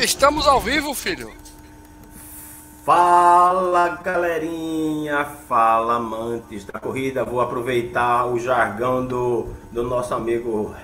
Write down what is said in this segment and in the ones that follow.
Estamos ao vivo, filho. Fala, galerinha, fala, amantes da corrida. Vou aproveitar o jargão do nosso amigo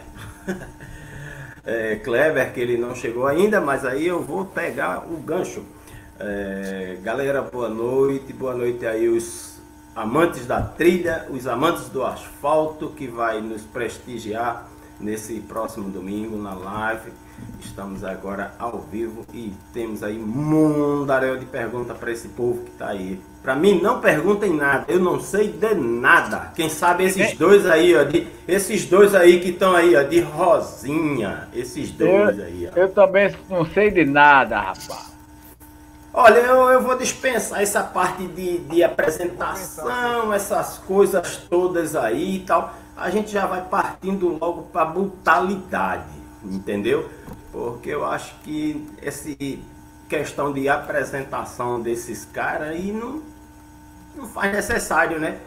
Kleber, que ele não chegou ainda, mas aí eu vou pegar o gancho. Galera, boa noite aí os amantes da trilha, os amantes do asfalto que vai nos prestigiar nesse próximo domingo na live. Estamos agora ao vivo e temos aí um mundaréu de perguntas para esse povo que está aí. Para mim, não perguntem nada, eu não sei de nada. Quem sabe esses dois aí, ó, esses dois aí que estão aí, ó, de rosinha, esses dois aí, ó. Eu também não sei de nada, rapaz. Olha, eu vou dispensar essa parte de apresentação, essas coisas todas aí e tal. A gente já vai partindo logo para brutalidade, entendeu? Porque eu acho que essa questão de apresentação desses caras aí não faz necessário, né?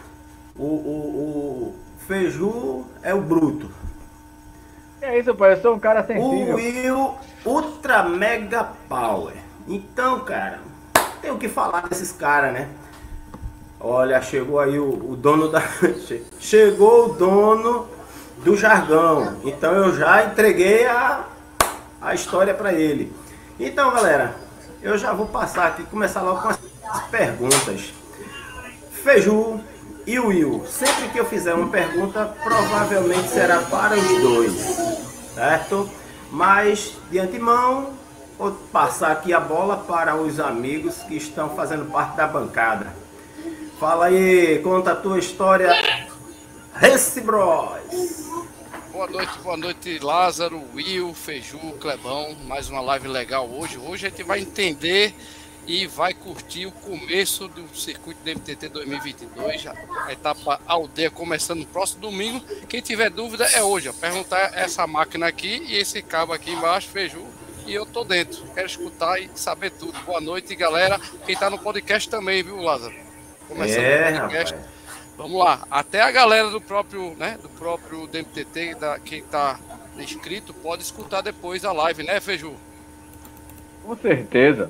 O Feiju é o bruto. É isso, pai, eu sou um cara sensível. O Will, Ultra Mega Power. Então, cara, tem o que falar desses caras, né? Olha, chegou aí o dono da... Chegou o dono do jargão. Então eu já entreguei a história para ele. Então, galera, eu já vou passar aqui, começar logo com as perguntas. Feiju e o Will, sempre que eu fizer uma pergunta, provavelmente será para os dois, certo? Mas, de antemão, vou passar aqui a bola para os amigos que estão fazendo parte da bancada. Fala aí, conta a tua história, Reci Bros. Boa noite, Lázaro, Will, Feiju, Clebão. Mais uma live legal hoje. Hoje a gente vai entender e vai curtir o começo do circuito do MTT 2022. A etapa Aldeia começando no próximo domingo. Quem tiver dúvida é hoje. Perguntar essa máquina aqui e esse cabo aqui embaixo, Feiju. E eu tô dentro. Quero escutar e saber tudo. Boa noite, galera. Quem tá no podcast também, viu, Lázaro? Começando o podcast. Rapaz. Vamos lá, até a galera do próprio, né, do DMTT, quem está inscrito, pode escutar depois a live, né, Feiju? Com certeza.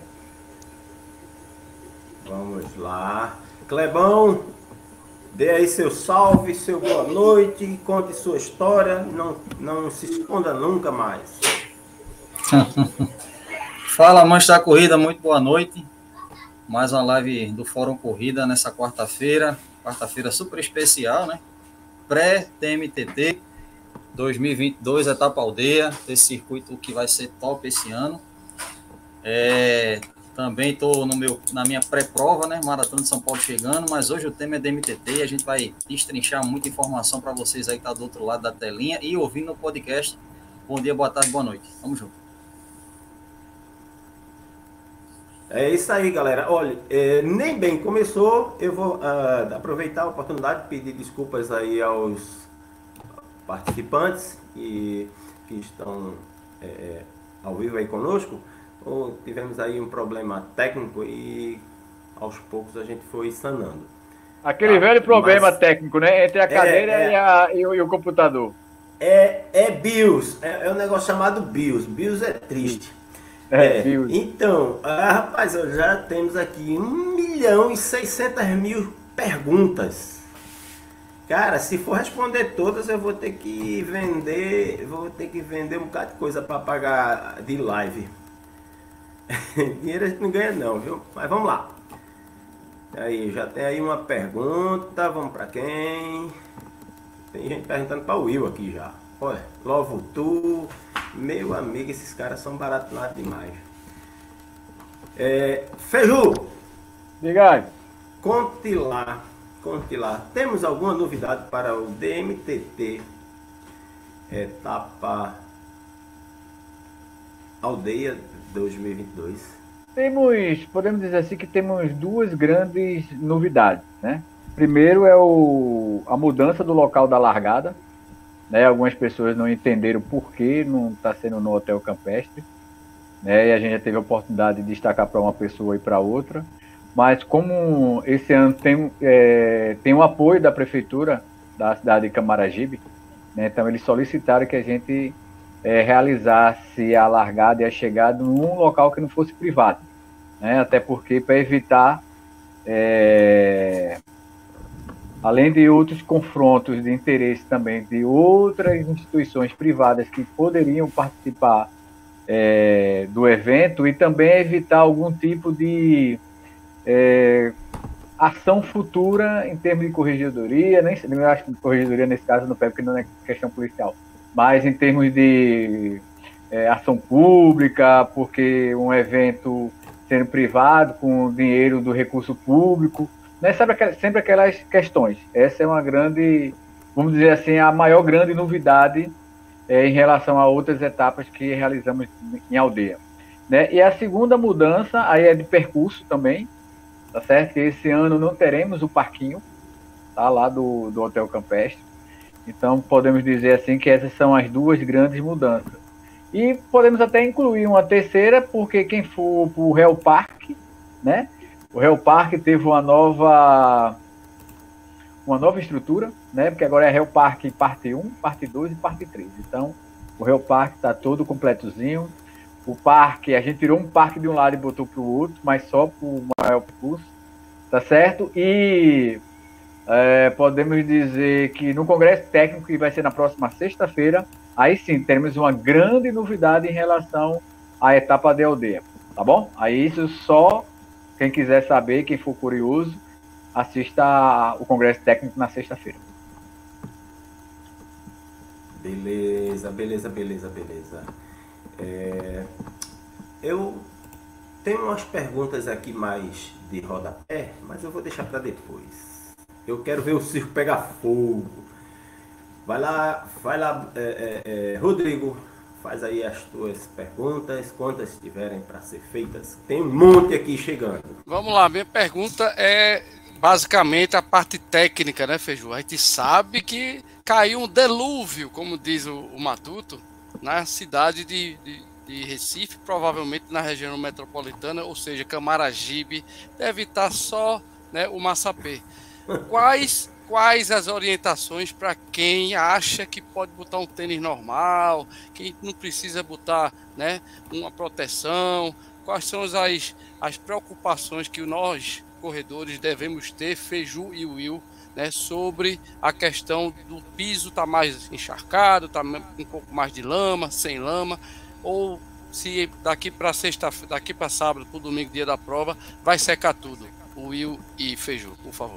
Vamos lá. Clebão, dê aí seu salve, seu boa noite, conte sua história, não se esconda nunca mais. Fala, amantes da corrida, muito boa noite. Mais uma live do Fórum Corrida nessa quarta-feira super especial, né? Pré-TMTT 2022, etapa Aldeia, esse circuito que vai ser top esse ano. Também estou na minha pré-prova, né? Maratona de São Paulo chegando, mas hoje o tema é DMTT e a gente vai destrinchar muita informação para vocês aí que tá do outro lado da telinha e ouvindo no podcast. Bom dia, boa tarde, boa noite. Tamo junto. É isso aí, galera. Olha, nem bem começou. Eu vou aproveitar a oportunidade de pedir desculpas aí aos participantes que estão ao vivo aí conosco. Tivemos aí um problema técnico e aos poucos a gente foi sanando. Aquele velho problema técnico, né? Entre a cadeira e o computador. É BIOS. É um negócio chamado BIOS. BIOS é triste. Então, rapaz, já temos aqui 1.600.000 perguntas. Cara, se for responder todas, eu vou ter que vender um bocado de coisa para pagar de live. Dinheiro a gente não ganha não, viu? Mas vamos lá. Aí, já tem aí uma pergunta, vamos para quem? Tem gente perguntando para o Will aqui já. Olha, Lovo Tu, meu amigo, esses caras são baratonados demais. Feiju, diga aí. Conte lá. Temos alguma novidade para o DMTT etapa Aldeia 2022? Podemos dizer assim que temos duas grandes novidades, né? Primeiro é a mudança do local da largada. Né, algumas pessoas não entenderam por que não está sendo no Hotel Campestre, né, e a gente já teve a oportunidade de destacar para uma pessoa e para outra, mas como esse ano tem um apoio da prefeitura da cidade de Camaragibe, né, então eles solicitaram que a gente realizasse a largada e a chegada num local que não fosse privado, né? Até porque para evitar, além de outros confrontos de interesse também de outras instituições privadas que poderiam participar do evento, e também evitar algum tipo de ação futura em termos de corregedoria, nem eu acho que corregedoria nesse caso não pega porque não é questão policial, mas em termos de ação pública, porque um evento sendo privado com dinheiro do recurso público, né? Sempre aquelas questões. Essa é uma grande, vamos dizer assim, a maior grande novidade em relação a outras etapas que realizamos em aldeia, né? E a segunda mudança aí é de percurso também, tá certo? Que esse ano não teremos o parquinho, tá, lá do Hotel Campestre. Então podemos dizer assim que essas são as duas grandes mudanças. E podemos até incluir uma terceira, porque quem for para o Real Park, né? O Real Park teve uma nova estrutura, né? Porque agora é Real Park parte 1, parte 2 e parte 3. Então, o Real Park está todo completozinho. O parque, a gente tirou um parque de um lado e botou para o outro, mas só para o maior percurso, tá certo? E podemos dizer que no Congresso Técnico, que vai ser na próxima sexta-feira, aí sim, teremos uma grande novidade em relação à etapa de aldeia, tá bom? Aí isso só quem quiser saber, quem for curioso, assista o Congresso Técnico na sexta-feira. Beleza. Eu tenho umas perguntas aqui mais de rodapé, mas eu vou deixar para depois. Eu quero ver o circo pegar fogo. Vai lá, Rodrigo, faz aí as tuas perguntas, quantas tiverem para ser feitas. Tem um monte aqui chegando. Vamos lá, minha pergunta é basicamente a parte técnica, né, Feiju? A gente sabe que caiu um delúvio, como diz o Matuto, na cidade de Recife, provavelmente na região metropolitana, ou seja, Camaragibe, deve estar só, né, o Massapê. Quais as orientações para quem acha que pode botar um tênis normal, quem não precisa botar, né, uma proteção? Quais são as preocupações que nós, corredores, devemos ter, Feiju e Will, né, sobre a questão do piso estar mais encharcado, tá um pouco mais de lama, sem lama, ou se daqui para sábado, para o domingo, dia da prova, vai secar tudo? Will e Feiju, por favor.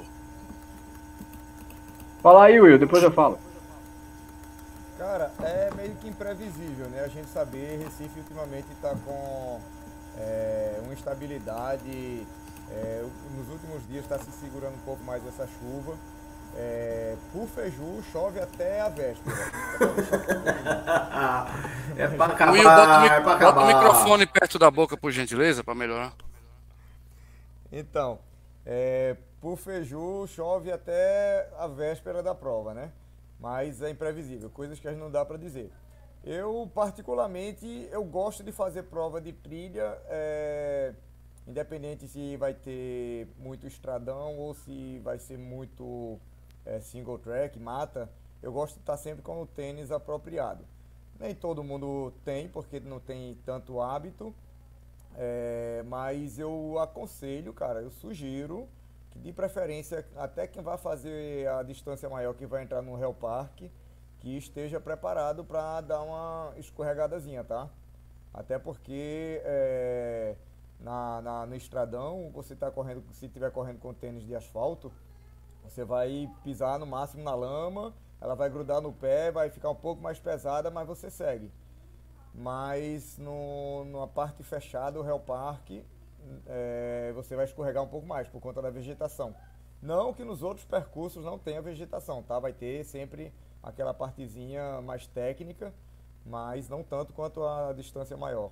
Fala aí, Will, depois eu falo. Cara, é meio que imprevisível, né? A gente saber, Recife ultimamente está com uma instabilidade, nos últimos dias está se segurando um pouco mais essa chuva. Por Feiju, chove até a véspera. É para acabar, Will, bota o microfone perto da boca, por gentileza, para melhorar. Então, por Feiju, chove até a véspera da prova, né? Mas é imprevisível, coisas que a gente não dá para dizer. Eu, particularmente, eu gosto de fazer prova de trilha, independente se vai ter muito estradão ou se vai ser muito single track, mata. Eu gosto de estar sempre com o tênis apropriado. Nem todo mundo tem, porque não tem tanto hábito, mas eu aconselho, cara, eu sugiro que, de preferência, até quem vai fazer a distância maior, que vai entrar no Real Park, que esteja preparado para dar uma escorregadazinha, tá? Até porque no estradão, você tá correndo, se estiver correndo com tênis de asfalto, você vai pisar no máximo na lama, ela vai grudar no pé, vai ficar um pouco mais pesada, mas você segue. Mas numa parte fechada, o Real Park, você vai escorregar um pouco mais por conta da vegetação. Não que nos outros percursos não tenha vegetação, tá? Vai ter sempre aquela partezinha mais técnica, mas não tanto quanto a distância maior.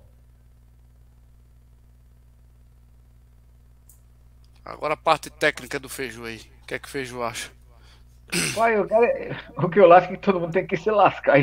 Agora a parte técnica do Feiju aí. O que é que o Feiju acha? Pai, o que eu acho é que todo mundo tem que se lascar.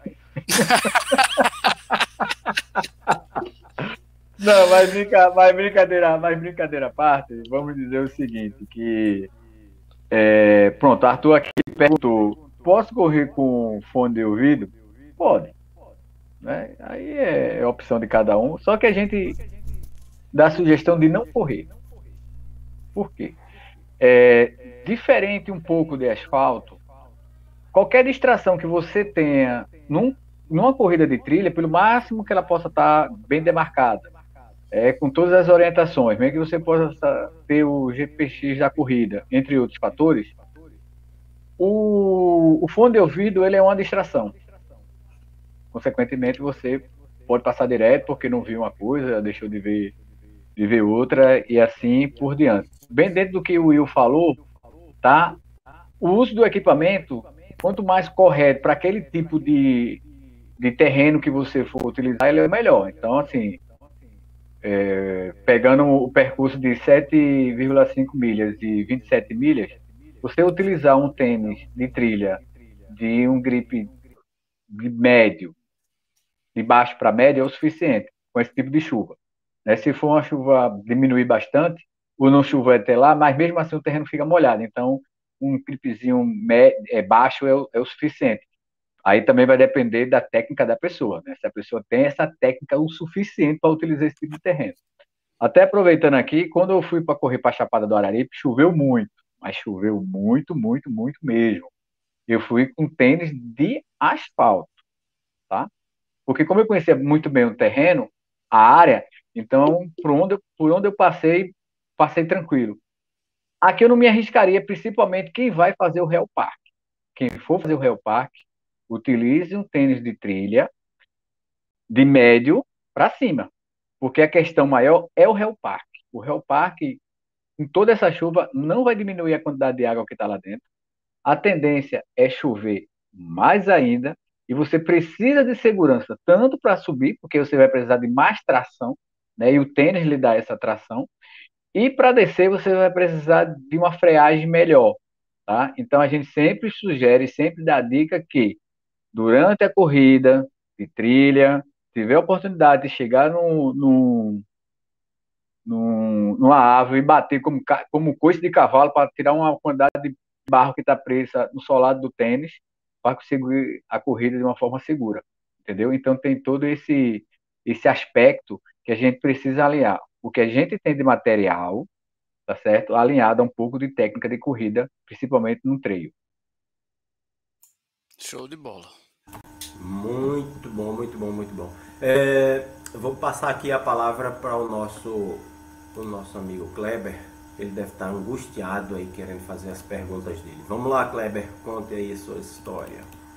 Não, mas brincadeira à parte, vamos dizer o seguinte, que pronto, Arthur aqui perguntou, posso correr com fone de ouvido? Pode. né? Aí é opção de cada um. Só que a gente dá a sugestão de não correr. Por quê? Diferente um pouco de asfalto, qualquer distração que você tenha numa corrida de trilha, pelo máximo que ela possa estar bem demarcada, com todas as orientações, mesmo que você possa ter o GPX da corrida, entre outros fatores, o fone de ouvido ele é uma distração. Consequentemente, você pode passar direto porque não viu uma coisa, deixou de ver outra e assim por diante. Bem dentro do que o Will falou, tá? O uso do equipamento, quanto mais correto para aquele tipo de terreno que você for utilizar, ele é melhor. Então, assim, pegando o percurso de 7,5 milhas e 27 milhas, você utilizar um tênis de trilha de um grip de médio, de baixo para médio, é o suficiente com esse tipo de chuva. Né? Se for uma chuva diminuir bastante, ou não chover até lá, mas mesmo assim o terreno fica molhado. Então, um gripzinho baixo é o suficiente. Aí também vai depender da técnica da pessoa, né? Se a pessoa tem essa técnica o suficiente para utilizar esse tipo de terreno. Até aproveitando aqui, quando eu fui para correr para a Chapada do Araripe, choveu muito, mas choveu muito, muito, muito mesmo. Eu fui com tênis de asfalto, tá? Porque como eu conhecia muito bem o terreno, a área, então por onde eu passei tranquilo. Aqui eu não me arriscaria, principalmente quem vai fazer o Real Park. Quem for fazer o Real Park, utilize um tênis de trilha de médio para cima, porque a questão maior é o Real Park. O Real Park, com toda essa chuva, não vai diminuir a quantidade de água que está lá dentro. A tendência é chover mais ainda, e você precisa de segurança, tanto para subir, porque você vai precisar de mais tração, né, e o tênis lhe dá essa tração, e para descer você vai precisar de uma freagem melhor. Tá? Então a gente sempre sugere, sempre dá a dica que durante a corrida de trilha, tiver a oportunidade de chegar numa árvore e bater como coice de cavalo para tirar uma quantidade de barro que está presa no solado do tênis para conseguir a corrida de uma forma segura, entendeu? Então tem todo esse aspecto que a gente precisa alinhar. O que a gente tem de material, tá certo? Alinhado a um pouco de técnica de corrida, principalmente no treino. Show de bola. Muito bom, muito bom, muito bom. Eu vou passar aqui a palavra para o nosso amigo Kleber. Ele deve estar angustiado aí, querendo fazer as perguntas dele. Vamos lá, Kleber, conte aí a sua história.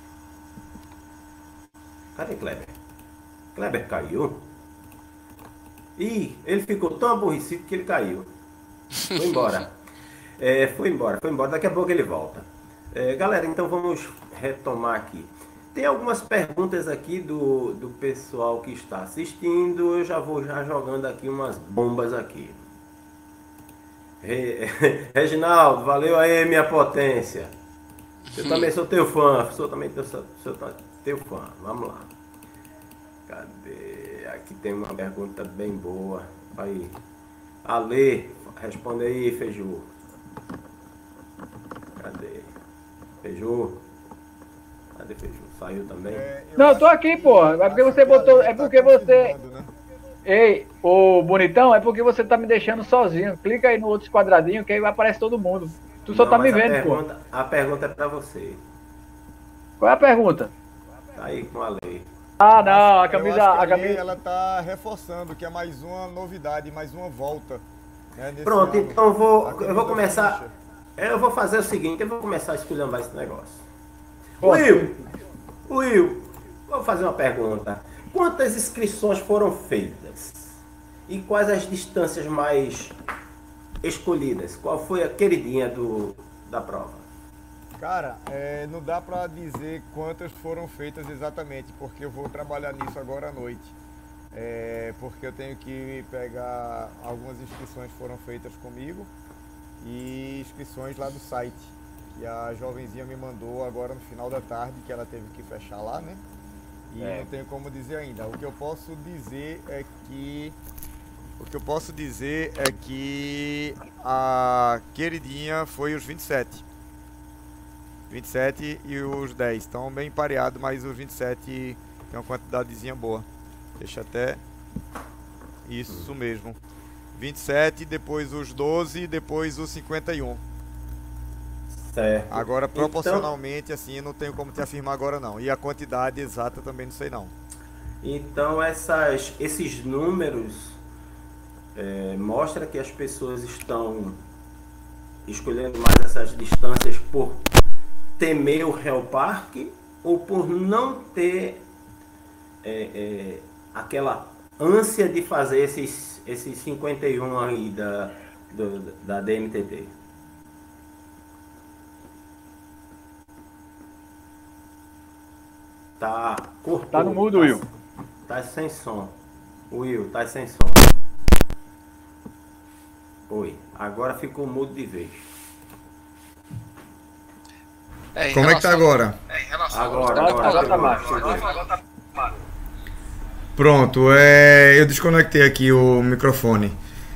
Cadê Kleber? Kleber caiu? Ih, ele ficou tão aborrecido que ele caiu. Foi embora. Foi embora. Daqui a pouco ele volta. Galera, então vamos retomar aqui. Tem algumas perguntas aqui do pessoal que está assistindo. Eu já vou jogando aqui umas bombas aqui. Reginaldo, valeu aí, minha potência. Eu também sou teu fã. Sou teu fã. Vamos lá. Cadê? Aqui tem uma pergunta bem boa. Aí. Ale, responde aí, Feiju. Cadê? Feiju? Cadê Feiju? Saiu também? Não, eu tô aqui, pô. É porque você botou. É porque você. Né? Ei, ô bonitão, é porque você tá me deixando sozinho. Clica aí no outro quadradinho que aí aparece todo mundo. Tu só tá me vendo, pô. A pergunta é pra você. Qual é a pergunta? Tá aí com a lei. Ah, não, a Eu camisa. acho que A ali camisa. ela tá reforçando que é mais uma novidade, mais uma volta. Né, nesse Pronto, ano. então eu A vou camisa começar. ficha. Eu vou fazer o seguinte, eu vou começar a esculhambar esse negócio. Pô. Will, vou fazer uma pergunta. Quantas inscrições foram feitas? E quais as distâncias mais escolhidas? Qual foi a queridinha da prova? Cara, não dá pra dizer quantas foram feitas exatamente, porque eu vou trabalhar nisso agora à noite. Porque eu tenho que pegar algumas inscrições que foram feitas comigo e inscrições lá do site, que a jovenzinha me mandou agora no final da tarde, que ela teve que fechar lá, né? E não tenho como dizer ainda. O que eu posso dizer é que a queridinha foi os 27. 27 e os 10 estão bem pareados, mas os 27 Tem uma quantidadezinha boa. Deixa até... Isso mesmo. 27, depois os 12, depois os 51. Certo. Agora, proporcionalmente, assim, eu não tenho como te afirmar agora não. E a quantidade exata também não sei não. Então esses números mostra que as pessoas estão escolhendo mais essas distâncias por temer o Hell Park ou por não ter aquela ânsia de fazer esses 51 aí da DMTT. Tá cortou. Tá no mudo, Will. Tá sem som. Will, tá sem som. Oi, agora ficou mudo de vez. Como é que tá agora? Agora tá baixo. Pronto, eu desconectei aqui o microfone.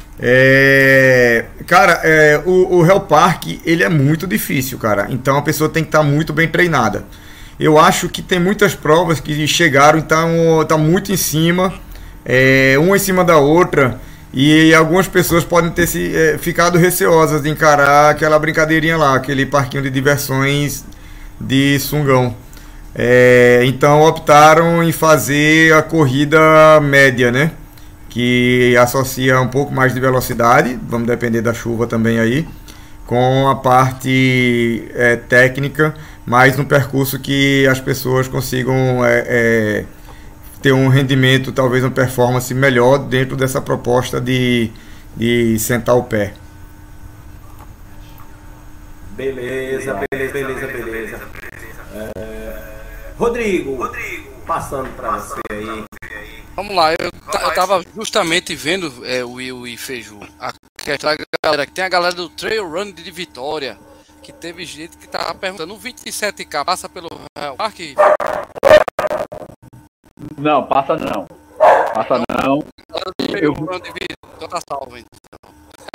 Cara, o Hell Park, ele é muito difícil, cara. Então a pessoa tem que estar muito bem treinada. Eu acho que tem muitas provas que chegaram e tá muito em cima, uma em cima da outra, e algumas pessoas podem ter ficado receosas de encarar aquela brincadeirinha lá, aquele parquinho de diversões de Sungão. Então optaram em fazer a corrida média, né? Que associa um pouco mais de velocidade, vamos depender da chuva também aí, com a parte técnica, mas no percurso que as pessoas consigam ter um rendimento, talvez uma performance melhor dentro dessa proposta de sentar o pé. Beleza. Rodrigo, passando para você aí. Vamos lá, eu tava justamente vendo o Will e Feiju. Tem a galera do Trail Run de Vitória, que teve gente que tava perguntando, o 27K passa pelo parque? Não, passa não. Eu vou tá salvo, então.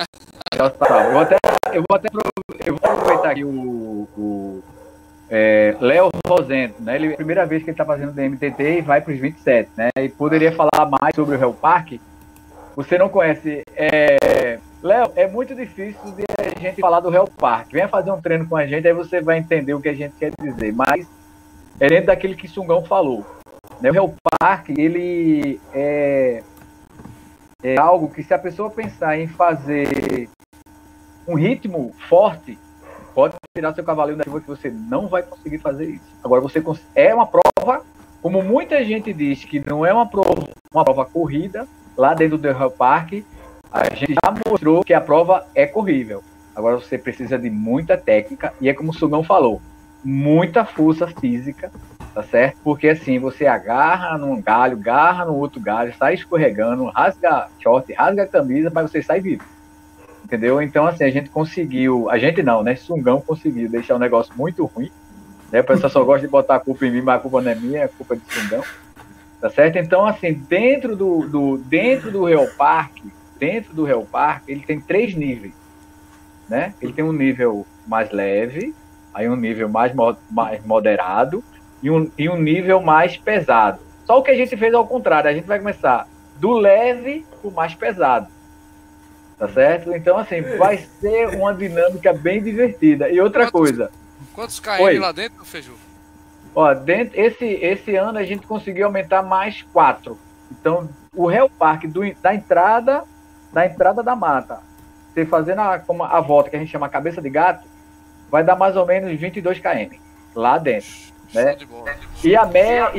Eu vou aproveitar aqui o Léo Rosento, né? Ele é a primeira vez que ele está fazendo DMTT e vai para os 27, né? E poderia falar mais sobre o Hell Park. Você não conhece? Léo, é muito difícil de a gente falar do Hell Park. Venha fazer um treino com a gente, aí você vai entender o que a gente quer dizer. Mas é dentro daquilo que Sungão falou. Né? O Hell Park, ele é algo que, se a pessoa pensar em fazer um ritmo forte, pode tirar seu cavalinho da chuva que você não vai conseguir fazer isso. Agora, é uma prova, como muita gente diz que não é uma prova corrida, lá dentro do Hell Park, a gente já mostrou que a prova é corrível. Agora, você precisa de muita técnica, e é como o Sungão falou, muita força física, tá certo? Porque assim, você agarra num galho, agarra no outro galho, sai escorregando, rasga short, rasga a camisa, mas você sai vivo. Entendeu? Então, assim, a gente não, né? Sungão conseguiu deixar um negócio muito ruim, né? O pessoal só gosta de botar a culpa em mim, mas a culpa não é minha, é a culpa é de Sungão, tá certo? Então, assim, dentro do Hell Park, ele tem 3 níveis, né? Ele tem um nível mais leve, aí um nível mais moderado e um nível mais pesado. Só o que a gente fez ao contrário, a gente vai começar do leve pro mais pesado. Tá certo? Então, assim, vai ser uma dinâmica bem divertida. E outra coisa. Quantos KM lá dentro, Feiju? Ó, esse ano a gente conseguiu aumentar mais 4. Então, o Hell Park da entrada da mata, você fazendo a volta que a gente chama cabeça de gato, vai dar mais ou menos 22 km lá dentro. Né? E a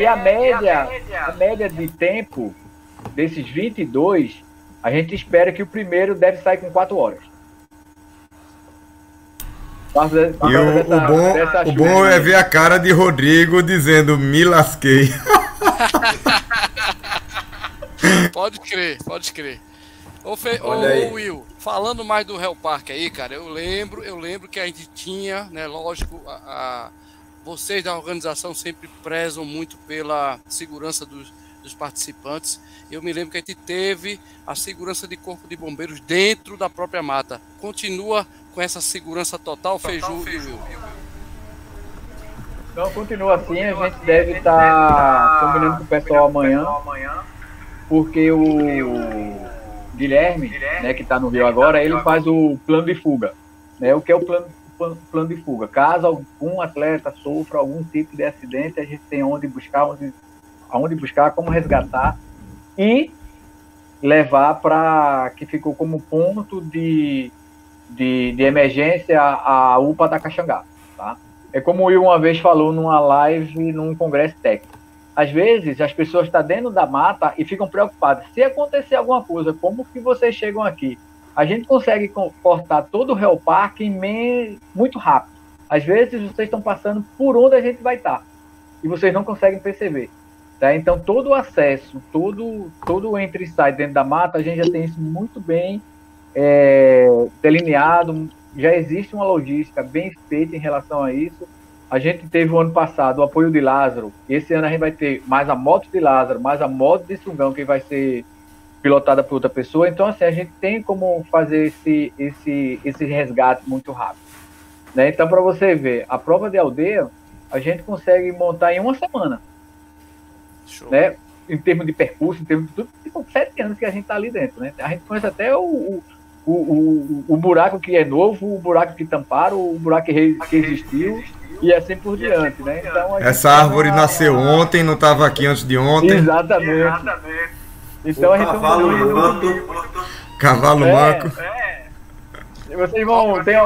média de tempo desses 22, a gente espera que o primeiro deve sair com 4 horas. O bom é ver a cara de Rodrigo dizendo, me lasquei. Pode crer. Ô Will, falando mais do Hell Park aí, cara, eu lembro que a gente tinha, né, lógico, vocês da organização sempre prezam muito pela segurança dos participantes. Eu me lembro que a gente teve a segurança de corpo de bombeiros dentro da própria mata. Continua com essa segurança total, Feiju e Will? Então continua assim, a gente deve estar combinando com o pessoal amanhã, porque o Guilherme, né, que está no Rio agora, ele faz o plano de fuga. Né? O que é o plano de fuga? Caso algum atleta sofra algum tipo de acidente, a gente tem onde buscar, como resgatar e levar para que ficou como ponto de emergência a UPA da Caxangá, tá? É como o Will uma vez falou numa live, num congresso técnico. Às vezes, as pessoas estão dentro da mata e ficam preocupadas. Se acontecer alguma coisa, como que vocês chegam aqui? A gente consegue cortar todo o Real Park muito rápido. Às vezes, vocês estão passando por onde a gente vai estar. E vocês não conseguem perceber. Tá? Então, todo o acesso, todo o entra e sai dentro da mata, a gente já tem isso muito bem delineado. Já existe uma logística bem feita em relação a isso. A gente teve o ano passado o apoio de Lázaro. Esse ano a gente vai ter mais a moto de Lázaro, mais a moto de Sungão, que vai ser pilotada por outra pessoa. Então, assim, a gente tem como fazer esse resgate muito rápido. Né? Então, para você ver, a prova de aldeia, a gente consegue montar em uma semana. Show. Né? Em termos de percurso, em termos de tudo, são 7 anos que a gente está ali dentro. Né? A gente conhece até o buraco que é novo, o buraco que tamparam, o buraco que existiu, e assim por diante, né? Então, essa árvore nasceu ontem, não estava aqui antes de ontem. Exatamente. Então a gente Cavalo manco. Vocês vão ter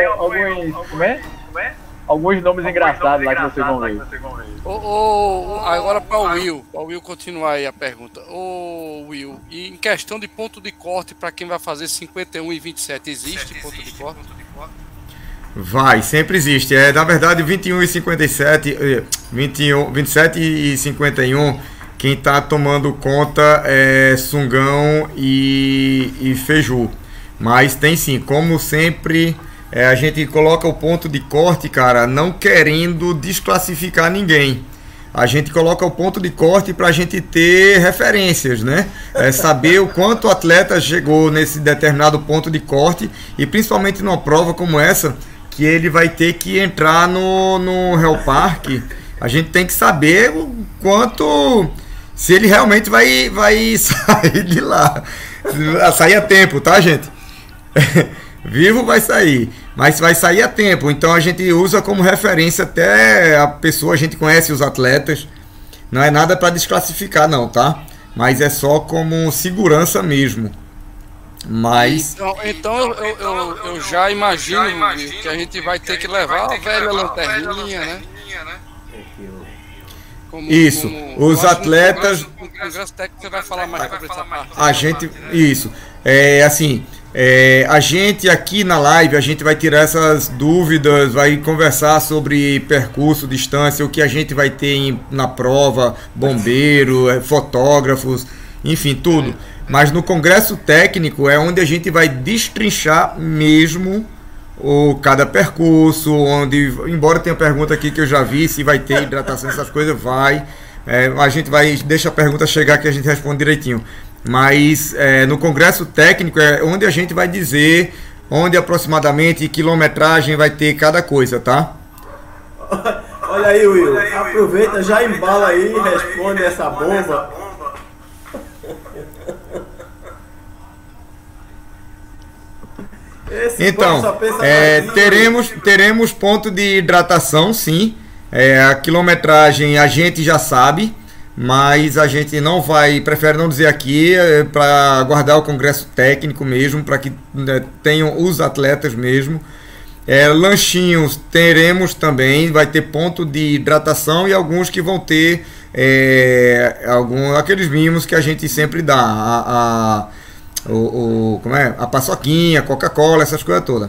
alguns nomes engraçados lá que vocês vão ver. Agora para o Will continuar aí a pergunta. Will, e em questão de ponto de corte para quem vai fazer 51 e 27, existe ponto de corte? Vai, sempre existe. Na verdade, 21 e 57, 27 e 51, quem está tomando conta é Sungão e Feju. Mas tem sim, como sempre, a gente coloca o ponto de corte, cara, não querendo desclassificar ninguém. A gente coloca o ponto de corte para a gente ter referências, né? Saber o quanto o atleta chegou nesse determinado ponto de corte, e principalmente numa prova como essa, que ele vai ter que entrar no Real Park, a gente tem que saber o quanto, se ele realmente vai sair de lá. Sair a tempo, tá, gente? Vivo vai sair, mas vai sair a tempo. Então a gente usa como referência até a pessoa, a gente conhece os atletas. Não é nada para desclassificar não, tá? Mas é só como segurança mesmo. Mas então eu já imagino que a gente vai ter que levar a velha lanterninha, né? Isso, os atletas. No Congresso Técnico você vai falar mais sobre essa parte. A gente, isso, assim, a gente aqui na live, a gente vai tirar essas dúvidas, vai conversar sobre percurso, distância, o que a gente vai ter na prova, bombeiro, fotógrafos, enfim, tudo. Mas no Congresso Técnico é onde a gente vai destrinchar mesmo cada percurso, onde, embora tenha pergunta aqui que eu já vi, se vai ter hidratação, essas coisas, vai. A gente deixa a pergunta chegar que a gente responde direitinho. Mas no Congresso Técnico é onde a gente vai dizer onde aproximadamente quilometragem vai ter cada coisa, tá? Olha aí, Will, aproveita, já embala aí e responde essa bomba. Então, teremos ponto de hidratação, sim. A quilometragem a gente já sabe, mas a gente não prefere não dizer aqui, para aguardar o Congresso Técnico mesmo, para que tenham os atletas mesmo. Lanchinhos teremos também, vai ter ponto de hidratação e alguns que vão ter aqueles mimos que a gente sempre dá, a paçoquinha, Coca-Cola, essas coisas todas.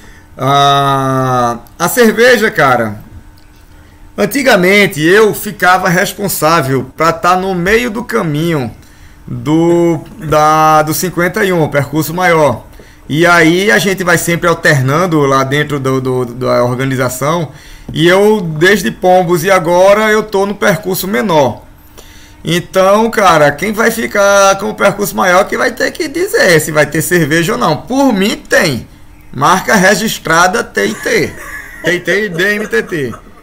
A cerveja, cara, antigamente eu ficava responsável para estar no meio do caminho do 51, percurso maior. E aí a gente vai sempre alternando lá dentro da organização. E eu, desde Pombos e agora, eu tô no percurso menor. Então, cara, quem vai ficar com o percurso maior que vai ter que dizer se vai ter cerveja ou não. Por mim, tem. Marca registrada TIT. TIT e DMTT.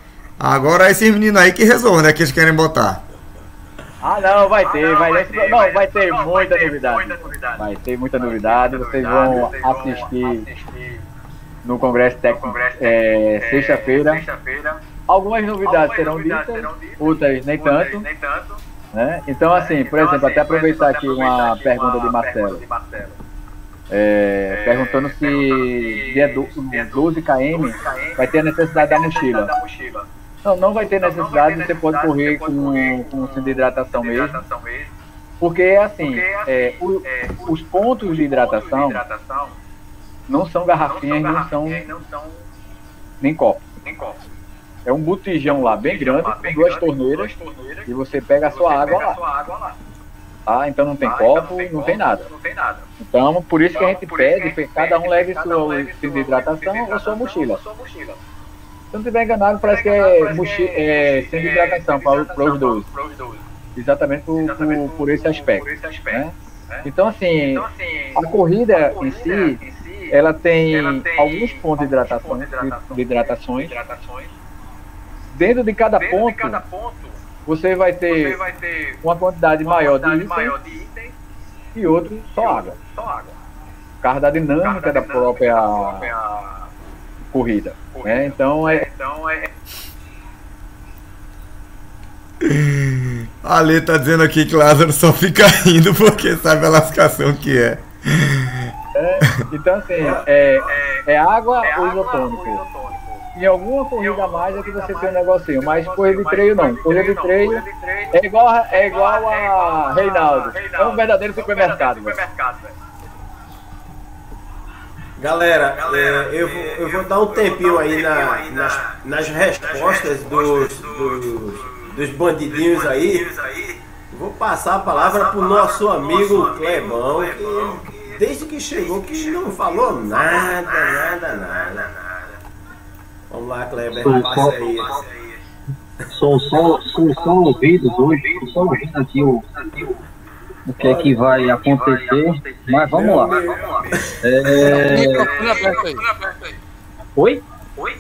Agora esses meninos aí que resolvem, né? Que eles querem botar. Ah, não, vai ter, vai ter muita novidade. Vai ter muita novidade, vocês vão assistir no Congresso Técnico sexta-feira. Algumas novidades serão ditas, outras nem tanto. Né? Então, assim, por exemplo, até aproveitar aqui uma pergunta de Marcelo. Perguntando se dia 12 km vai ter a necessidade da mochila. Não vai ter necessidade, você pode correr com cinto de hidratação mesmo. Porque, assim, os pontos de hidratação não são garrafinhas, não são nem copos. É um botijão lá bem grande, com 2 torneiras, e você pega a sua água lá. Tá? Então não tem copo, não tem nada. Então, por isso que a gente pede que cada um leve sua cinto de hidratação ou sua mochila. Se não estiver enganado, parece que é cinto de hidratação para os dois. Exatamente por esse aspecto. Né? Então, assim, a corrida em si, ela tem alguns pontos de hidratações. Dentro de cada ponto, você vai ter uma quantidade maior de itens e outro só água. Por causa da dinâmica da própria corrida. Né? Então, A Lê tá dizendo aqui que Lázaro só fica rindo porque sabe a lascação que é. Então, assim, é água ou isotônico. Em alguma corrida a mais é que você tem um negocinho, mas corrida de treino não. Corrida de treino é igual a Reinaldo. É um verdadeiro supermercado. Galera, eu vou dar um tempinho aí nas respostas dos bandidinhos aí. Vou passar a palavra pro nosso amigo Clebão, que desde que chegou que não falou nada. Vamos lá, Kleber, passa aí. Sou só ouvido hoje, estou só ouvindo aqui o que é que vai acontecer, mas vamos lá. Oi?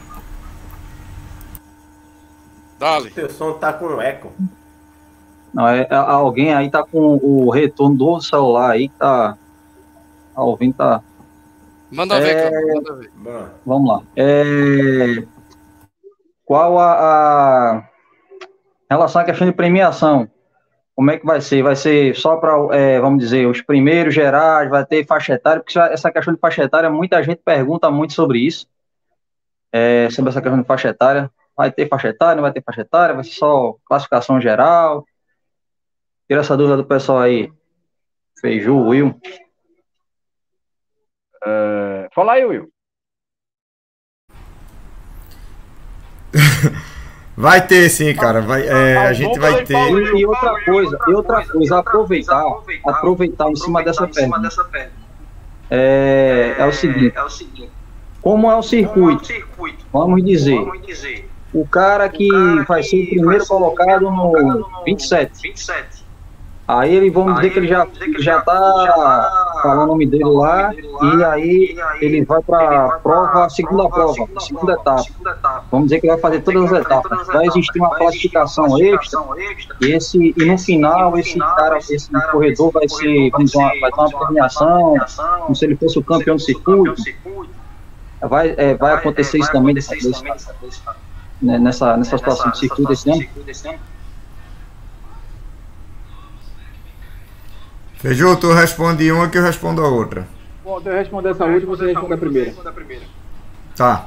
Dale. Seu som tá com eco. Não, alguém aí tá com o retorno do celular aí, tá ouvindo, tá... Manda ver, cara. Manda ver. Vamos lá. Qual a relação à questão de premiação? Como é que vai ser? Vai ser só para, vamos dizer, os primeiros gerais, vai ter faixa etária? Porque essa questão de faixa etária, muita gente pergunta muito sobre isso, sobre essa questão de faixa etária. Vai ter faixa etária, não vai ter faixa etária? Vai ser só classificação geral? Tira essa dúvida do pessoal aí. Feiju, Will. Fala aí, Will. Vai ter sim, cara. A gente vai ter. E outra coisa, aproveitar em cima dessa perna. É o seguinte. Como é o circuito? Vamos dizer, o cara que vai ser o primeiro colocado no 27. Aí ele, vamos dizer que ele já tá falando o nome dele lá, e aí ele vai para a segunda etapa. Vamos dizer que ele vai fazer todas as etapas. Vai existir uma classificação extra, e no final esse corredor vai ser, vai ter uma premiação, como se ele fosse o campeão do circuito. Vai acontecer isso também nessa situação de circuito esse ano. Feijô, tu responde uma que eu respondo a outra. Bom, eu responder essa última, você responde a primeira. Tá.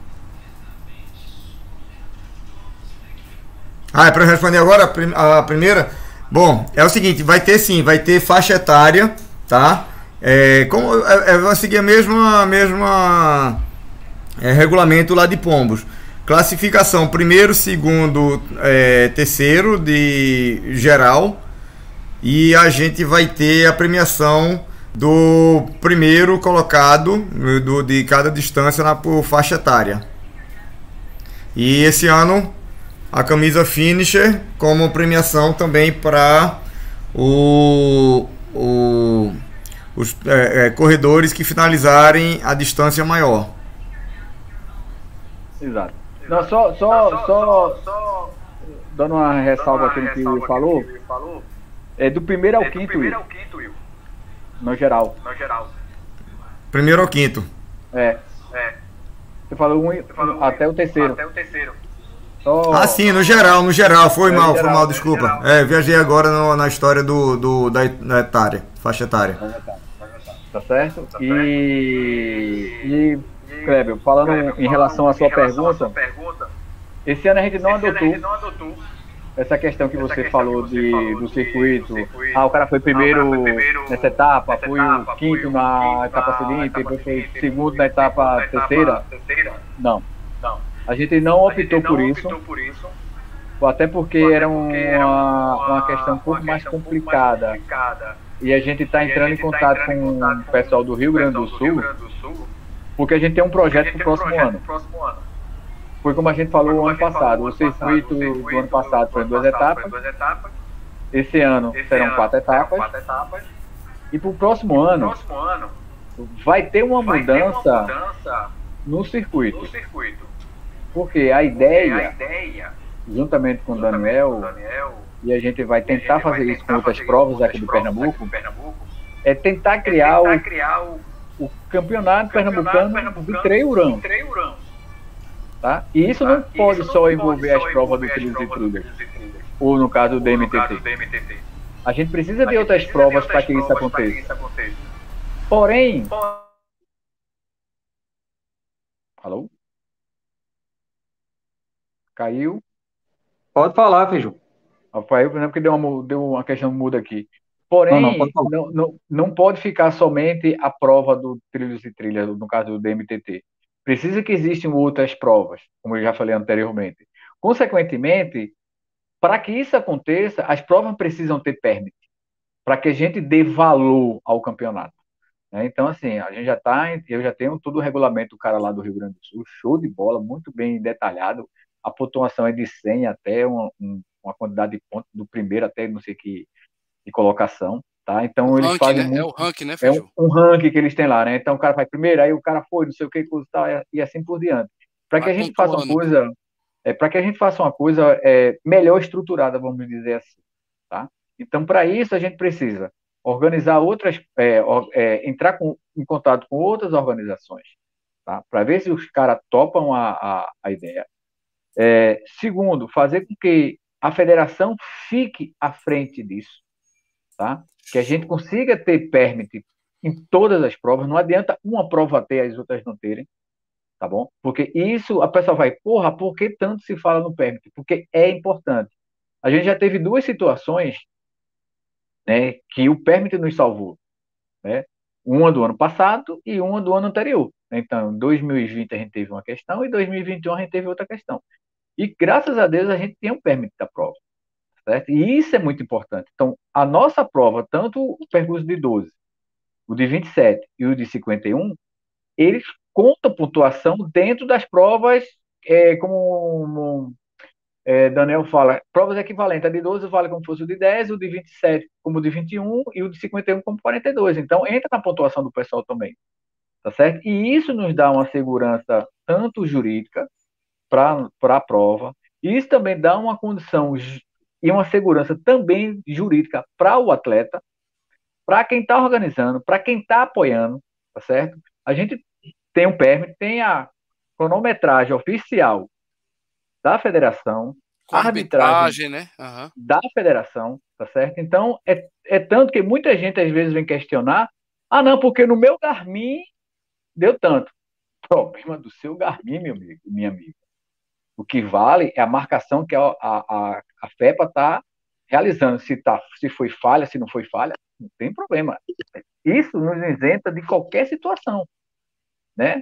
É pra eu responder agora a primeira? Bom, é o seguinte, vai ter faixa etária, tá? Vai seguir a mesma regulamento lá de Pombos. Classificação, primeiro, segundo, terceiro de geral. E a gente vai ter a premiação do primeiro colocado de cada distância por faixa etária. E esse ano a camisa finisher como premiação também para os corredores que finalizarem a distância maior. Exato. Não, só dando uma ressalva aqui no que ele falou, é do primeiro ao quinto, Will, no geral. Primeiro ao quinto. Você falou até o terceiro. Só... Ah, sim, no geral, foi mal, desculpa. Viajei agora na história da etária, faixa etária. Tá certo? E Kleber, falando em relação à sua pergunta, esse ano a gente não adotou essa questão que você falou do circuito. O cara foi primeiro nessa etapa, foi o quinto na etapa seguinte, depois foi segundo na etapa terceira. Não. A gente não optou por isso, até porque era uma questão um pouco mais complicada. E a gente está entrando em contato com o pessoal do Rio Grande do Sul, porque a gente tem um projeto para o próximo ano. Foi como a gente falou ano passado, o circuito do ano passado foi em 2 etapas, esse ano serão 4 etapas, e para o próximo ano vai ter uma mudança no circuito. Porque a ideia, juntamente com o Daniel, e a gente vai tentar fazer isso com outras provas aqui do Pernambuco, é tentar criar o campeonato pernambucano de trail-run. Tá? E isso não pode só envolver as provas do Trilhos e Trilhas, ou no caso do DMTT. A gente precisa de outras provas para que isso aconteça. Porém... Alô? Caiu? Pode falar, Feijão. Caiu, por exemplo, que deu uma questão muda aqui. Porém, não pode ficar somente a prova do Trilhos e Trilhas, no caso do DMTT. Precisa que existam outras provas, como eu já falei anteriormente. Consequentemente, para que isso aconteça, as provas precisam ter permit, para que a gente dê valor ao campeonato. Então, assim, eu já tenho todo o regulamento do cara lá do Rio Grande do Sul, show de bola, muito bem detalhado. A pontuação é de 100 até uma quantidade de pontos, do primeiro até não sei que de colocação. Tá? Então eles fazem né? muito, é o ranking, né, Feijão? É um ranking que eles têm lá, né? Então o cara vai primeiro, aí o cara foi, não sei o que, e assim por diante. Para que a gente faça uma coisa, melhor estruturada, vamos dizer assim, tá? Então para isso a gente precisa organizar outras, entrar em contato com outras organizações, tá? Para ver se os caras topam a ideia. Segundo, fazer com que a federação fique à frente disso, tá? Que a gente consiga ter permit em todas as provas. Não adianta uma prova ter e as outras não terem, tá bom? Porque isso, a pessoa vai, por que tanto se fala no permit? Porque é importante. A gente já teve 2 situações, né, que o permit nos salvou, né? Uma do ano passado e uma do ano anterior. Então, em 2020 a gente teve uma questão e em 2021 a gente teve outra questão. E graças a Deus a gente tem um permit da prova. Certo? E isso é muito importante. Então, a nossa prova, tanto o percurso de 12, o de 27 e o de 51, eles contam pontuação dentro das provas, como Daniel fala, provas equivalentes. A de 12 vale como se fosse o de 10, o de 27 como o de 21 e o de 51 como 42. Então, entra na pontuação do pessoal também. Tá certo? E isso nos dá uma segurança tanto jurídica para a prova, e isso também dá uma condição e uma segurança também jurídica para o atleta, para quem está organizando, para quem está apoiando, tá certo? A gente tem um permit, tem a cronometragem oficial da federação, arbitragem, né? Uhum. Da federação, tá certo? Então, é tanto que muita gente às vezes vem questionar, não, porque no meu Garmin deu tanto. Problema do seu Garmin, meu amigo, minha amiga. O que vale é a marcação que a FEPA está realizando. Se foi falha, se não foi falha, não tem problema. Isso nos isenta de qualquer situação, né?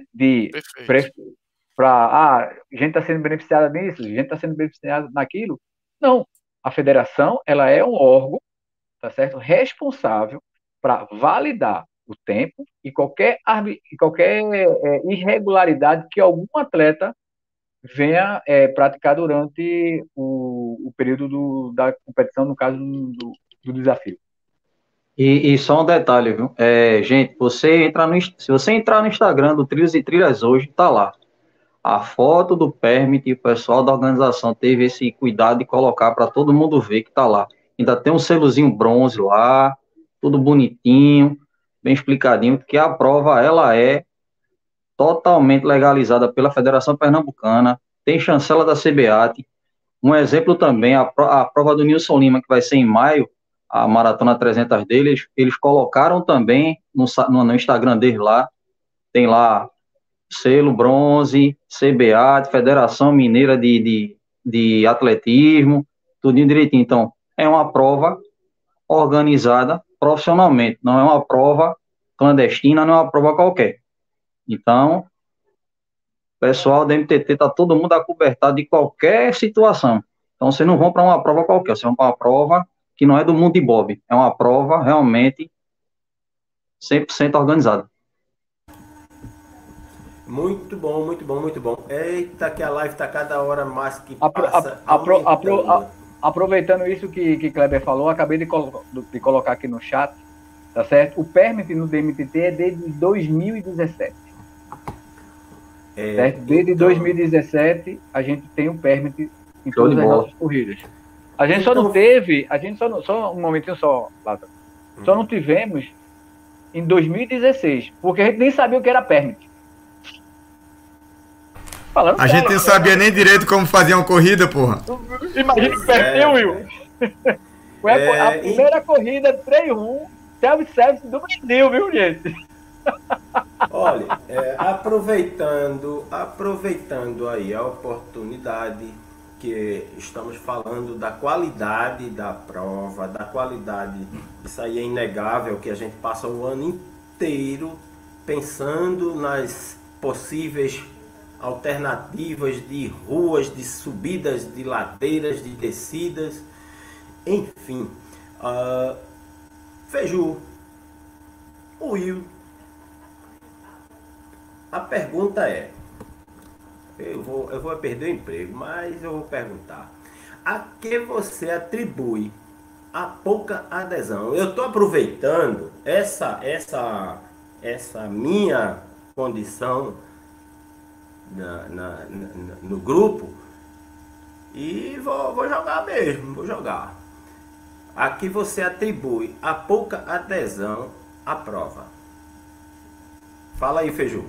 A gente está sendo beneficiada nisso, a gente está sendo beneficiada naquilo. Não. A federação, ela é um órgão, tá certo? Responsável para validar o tempo e qualquer irregularidade que algum atleta venha praticar durante o período da competição, no caso do desafio. E só um detalhe, viu? Gente, se você entrar no Instagram do Trilhos e Trilhas hoje, tá lá. A foto do permit, o pessoal da organização teve esse cuidado de colocar para todo mundo ver que está lá. Ainda tem um selozinho bronze lá, tudo bonitinho, bem explicadinho, porque a prova, ela é totalmente legalizada pela Federação Pernambucana, tem chancela da CBAT. Um exemplo também, a prova do Nilson Lima, que vai ser em maio, a Maratona 300 deles, eles colocaram também no Instagram deles lá, tem lá selo bronze, CBAT, Federação Mineira de Atletismo, tudinho direitinho. Então, é uma prova organizada profissionalmente, não é uma prova clandestina, não é uma prova qualquer. Então, o pessoal da MTT está todo mundo acobertado de qualquer situação. Então, vocês não vão para uma prova qualquer, vocês vão para uma prova que não é do mundo de Bob, é uma prova realmente 100% organizada. Muito bom, muito bom, muito bom. Eita, que a live tá cada hora mais que passa aumentando. Aproveitando isso que Kleber falou, acabei de colocar aqui no chat, tá certo? O permit no DMTT é desde 2017. Certo? Desde 2017 a gente tem um permit em todas as nossas corridas. A gente só não teve, só um momentinho só, Lázaro. Só não tivemos em 2016, porque a gente nem sabia o que era permit. Falando a gente não sabia nem direito como fazer uma corrida, porra. Imagina que perdeu, Will. Foi a primeira corrida 3-1 self-service do Brasil, viu, gente? Olha, aproveitando aí a oportunidade que estamos falando da qualidade da prova, da qualidade, isso aí é inegável, que a gente passa o ano inteiro pensando nas possíveis alternativas de ruas, de subidas, de ladeiras, de descidas, enfim. Feju, Will, a pergunta é, eu vou perder o emprego, mas eu vou perguntar, a que você atribui a pouca adesão? Eu estou aproveitando essa minha condição no grupo e vou jogar mesmo, vou jogar. A que você atribui a pouca adesão à prova? Fala aí, Feju.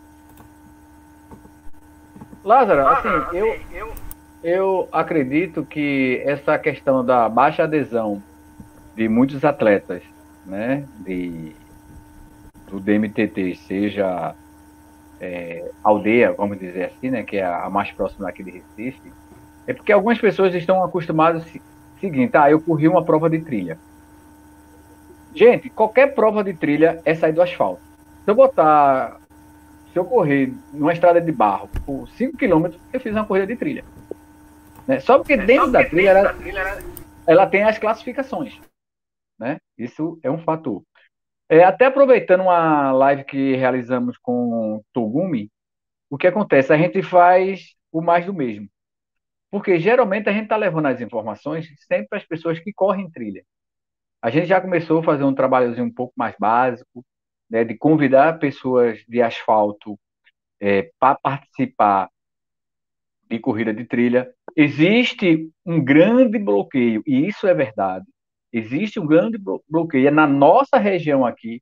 Lázaro, assim, eu acredito que essa questão da baixa adesão de muitos atletas, né, do DMTT, seja aldeia, vamos dizer assim, né, que é a mais próxima aqui de Recife, é porque algumas pessoas estão acostumadas seguinte, eu corri uma prova de trilha. Gente, qualquer prova de trilha é sair do asfalto. Se eu correr numa estrada de barro por 5 km, eu fiz uma corrida de trilha. Né? Só porque dentro da trilha ela tem as classificações. Né? Isso é um fator. Até aproveitando uma live que realizamos com Togumi, o que acontece? A gente faz o mais do mesmo. Porque geralmente a gente está levando as informações sempre para as pessoas que correm trilha. A gente já começou a fazer um trabalhozinho um pouco mais básico, né, de convidar pessoas de asfalto para participar de corrida de trilha. Existe um grande bloqueio, e isso é verdade. Existe um grande bloqueio na nossa região aqui,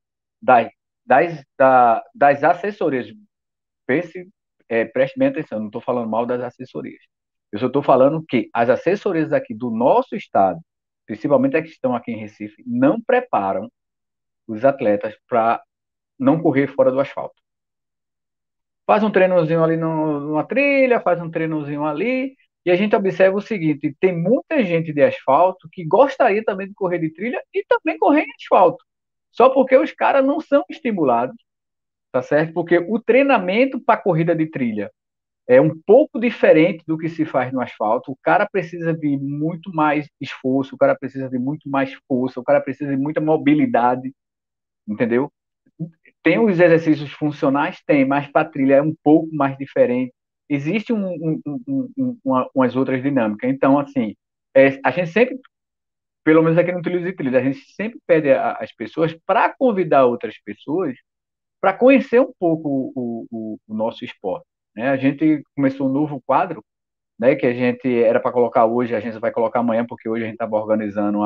das assessorias. Preste bem atenção, não estou falando mal das assessorias. Eu só estou falando que as assessorias aqui do nosso estado, principalmente as que estão aqui em Recife, não preparam os atletas para não correr fora do asfalto. Faz um treinozinho ali numa trilha, faz um treinozinho ali, e a gente observa o seguinte, tem muita gente de asfalto que gostaria também de correr de trilha e também correr em asfalto, só porque os caras não são estimulados, tá certo? Porque o treinamento para corrida de trilha é um pouco diferente do que se faz no asfalto. O cara precisa de muito mais esforço, o cara precisa de muito mais força, o cara precisa de muita mobilidade, entendeu? Tem os exercícios funcionais? Tem, mas para trilha é um pouco mais diferente. Existe umas outras dinâmicas. Então, assim, a gente sempre, pelo menos aqui no Trilhos e Trilhas, a gente sempre pede às pessoas para convidar outras pessoas para conhecer um pouco o nosso esporte. né? A gente começou um novo quadro, né, que a gente era para colocar hoje, a gente vai colocar amanhã, porque hoje a gente estava organizando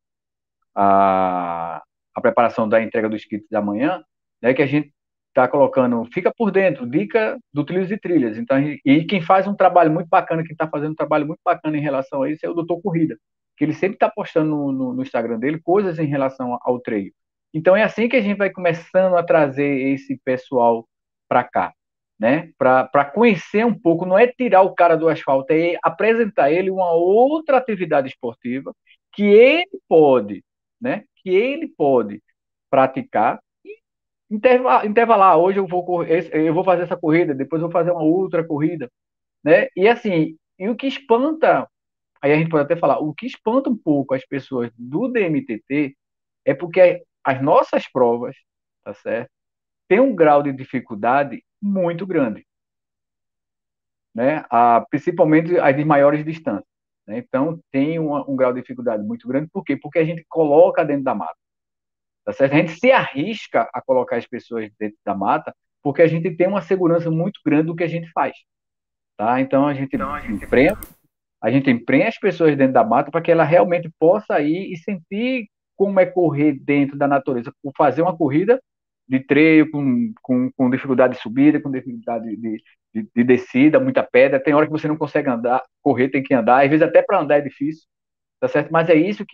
a, a preparação da entrega dos kits da manhã, né, que a gente está colocando, fica por dentro, dica do Trilhos e Trilhas. Então, e quem faz um trabalho muito bacana, quem está fazendo um trabalho muito bacana em relação a isso é o Doutor Corrida, que ele sempre está postando no Instagram dele coisas em relação ao treino. Então é assim que a gente vai começando a trazer esse pessoal para cá, né? Para conhecer um pouco, não é tirar o cara do asfalto, é apresentar ele uma outra atividade esportiva que ele pode, né? Que ele pode praticar e intervalar. Hoje eu vou correr, eu vou fazer essa corrida, depois eu vou fazer uma outra corrida, né? E assim, e o que espanta, aí a gente pode até falar, o que espanta um pouco as pessoas do DMTT é porque as nossas provas, tá certo? Tem um grau de dificuldade muito grande, né? Principalmente as de maiores distâncias, né? Então tem um grau de dificuldade muito grande. Por quê? Porque a gente coloca dentro da mata, tá certo? A gente se arrisca a colocar as pessoas dentro da mata porque a gente tem uma segurança muito grande do que a gente faz, tá? Então a gente emprenha as pessoas dentro da mata para que ela realmente possa ir e sentir como é correr dentro da natureza, fazer uma corrida de treino com dificuldade de subida, com dificuldade de descida, muita pedra. Tem hora que você não consegue andar, correr, tem que andar. Às vezes até para andar é difícil, tá certo? Mas é isso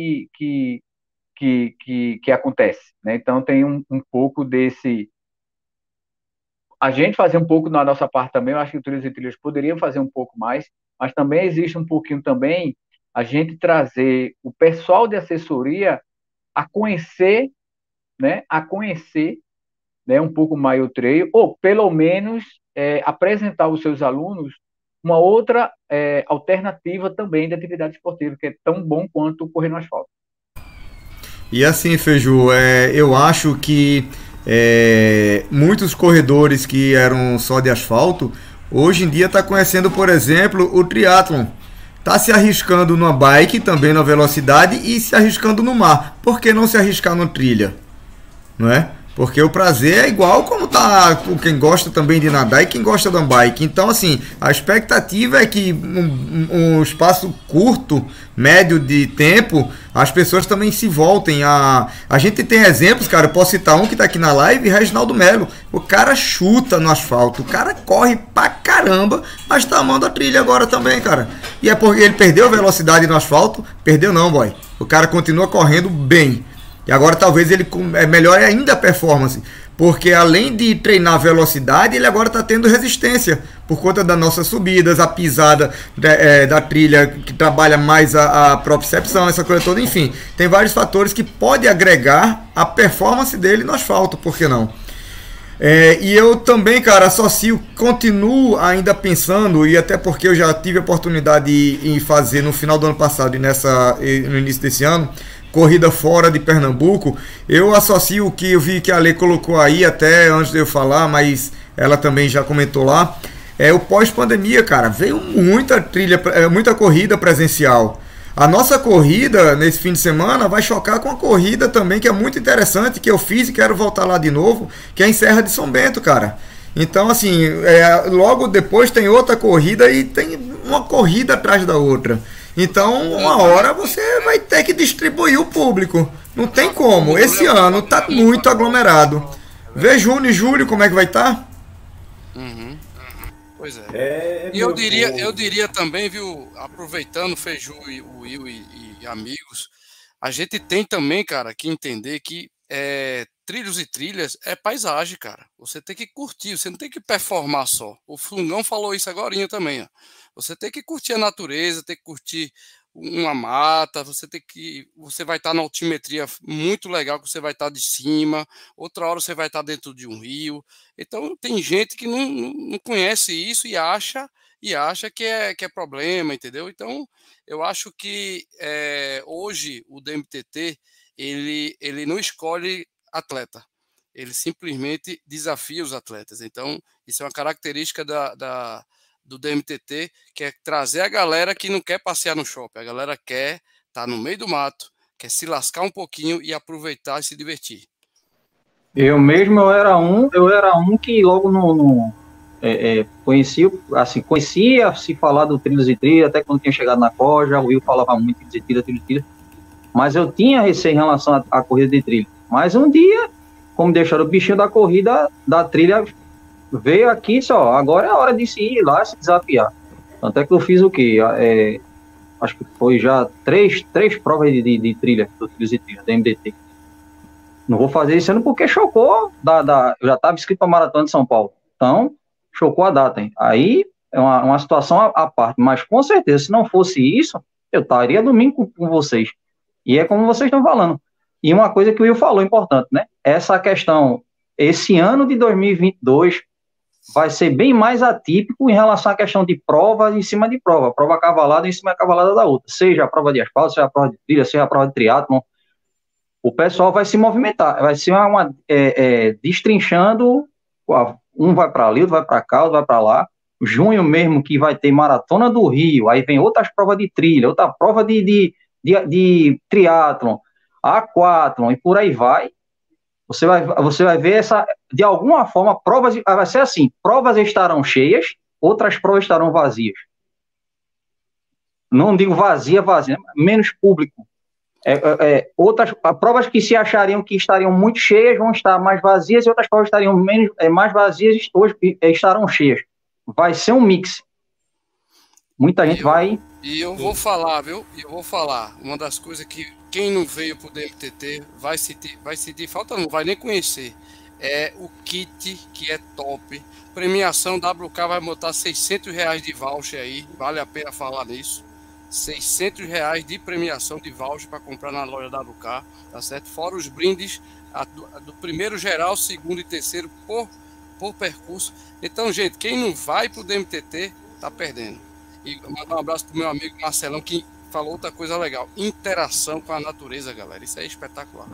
que acontece, né? Então tem um pouco desse... A gente fazer um pouco na nossa parte também, eu acho que o Trilhos e Trilhas poderiam fazer um pouco mais, mas também existe um pouquinho também a gente trazer o pessoal de assessoria a conhecer, né, um pouco mais o trail, ou pelo menos apresentar aos seus alunos uma outra alternativa também de atividade esportiva, que é tão bom quanto correr no asfalto. E assim, Feju, eu acho que muitos corredores que eram só de asfalto, hoje em dia está conhecendo, por exemplo, o triatlon. Está se arriscando numa bike, também na velocidade, e se arriscando no mar. Por que não se arriscar numa trilha? Não é? Porque o prazer é igual como tá quem gosta também de nadar e quem gosta de uma bike. Então, assim, a expectativa é que um espaço curto, médio de tempo, as pessoas também se voltem a... A gente tem exemplos, cara, eu posso citar um que tá aqui na live, Reginaldo Melo. O cara chuta no asfalto, o cara corre pra caramba, mas tá amando a trilha agora também, cara. E é porque ele perdeu velocidade no asfalto? Perdeu não, boy. O cara continua correndo bem. E agora talvez ele melhore ainda a performance, porque além de treinar velocidade, ele agora está tendo resistência, por conta das nossas subidas, a pisada da trilha, que trabalha mais a propriocepção, essa coisa toda, enfim. Tem vários fatores que podem agregar a performance dele no asfalto, por que não? E eu também, cara, associo, continuo ainda pensando, e até porque eu já tive a oportunidade em fazer no final do ano passado e no início desse ano, corrida fora de Pernambuco, eu associo o que eu vi que a Lê colocou aí até antes de eu falar, mas ela também já comentou lá, o pós-pandemia, cara, veio muita trilha, muita corrida presencial. A nossa corrida nesse fim de semana vai chocar com a corrida também, que é muito interessante, que eu fiz e quero voltar lá de novo, que é em Serra de São Bento, cara. Então, assim, logo depois tem outra corrida e tem uma corrida atrás da outra. Então, uma hora você vai ter que distribuir o público. Não tem como. Esse ano tá muito aglomerado. Vê junho e julho como é que vai estar. Pois é. E eu diria também, viu, aproveitando o Feju, o Will e amigos, a gente tem também, cara, que entender que trilhos e trilhas é paisagem, cara. Você tem que curtir, você não tem que performar só. O Fungão falou isso agorinha também, ó. Você tem que curtir a natureza, tem que curtir uma mata, você vai estar na altimetria muito legal, que você vai estar de cima, outra hora você vai estar dentro de um rio. Então tem gente que não conhece isso e acha que é problema, entendeu? Então eu acho que hoje o DMTT ele não escolhe atleta, ele simplesmente desafia os atletas. Então isso é uma característica do DMTT, que é trazer a galera que não quer passear no shopping, a galera quer estar no meio do mato, quer se lascar um pouquinho e aproveitar e se divertir. Eu era um que logo conhecia se falar do Trilhos e Trilhas, até quando tinha chegado na Coja, o Will falava muito de trilha, mas eu tinha receio em relação à corrida de trilha. Mas um dia, como deixaram o bichinho da corrida, da trilha, veio aqui só, agora é a hora de se ir lá, se desafiar. Tanto é que eu fiz o quê? Acho que foi já três provas de trilha, do Trilhos e Trilhas, da MDT. Não vou fazer isso ano porque chocou, eu já estava inscrito para a Maratona de São Paulo. Então, chocou a data, hein? Aí é uma situação à parte, mas com certeza, se não fosse isso, eu estaria domingo com vocês. E é como vocês estão falando. E uma coisa que o Will falou importante, né? Essa questão, esse ano de 2022 vai ser bem mais atípico em relação à questão de prova em cima de prova cavalada em cima da cavalada da outra, seja a prova de asfalto, seja a prova de trilha, seja a prova de triatlon. O pessoal vai se movimentar, vai ser destrinchando, um vai para ali, outro vai para cá, outro vai para lá. Junho mesmo que vai ter Maratona do Rio, aí vem outras provas de trilha, outra prova de triatlon, aquatlon e por aí vai. Você vai ver de alguma forma, vai ser assim, provas estarão cheias, outras provas estarão vazias. Não digo vazia, menos público. Outras provas que se achariam que estariam muito cheias vão estar mais vazias e outras provas estariam mais vazias estarão cheias. Vai ser um mix. Muita gente vai... E eu vou falar, viu? Uma das coisas que quem não veio pro DMTT vai sentir falta, não vai nem conhecer. É o kit, que é top. Premiação WK vai botar R$600 de voucher aí. Vale a pena falar nisso. R$600 de premiação de voucher para comprar na loja WK, tá certo? Fora os brindes do primeiro geral, segundo e terceiro por percurso. Então, gente, quem não vai pro DMTT tá perdendo. E mandar um abraço pro meu amigo Marcelão, que falou outra coisa legal: interação com a natureza, galera. Isso é espetacular.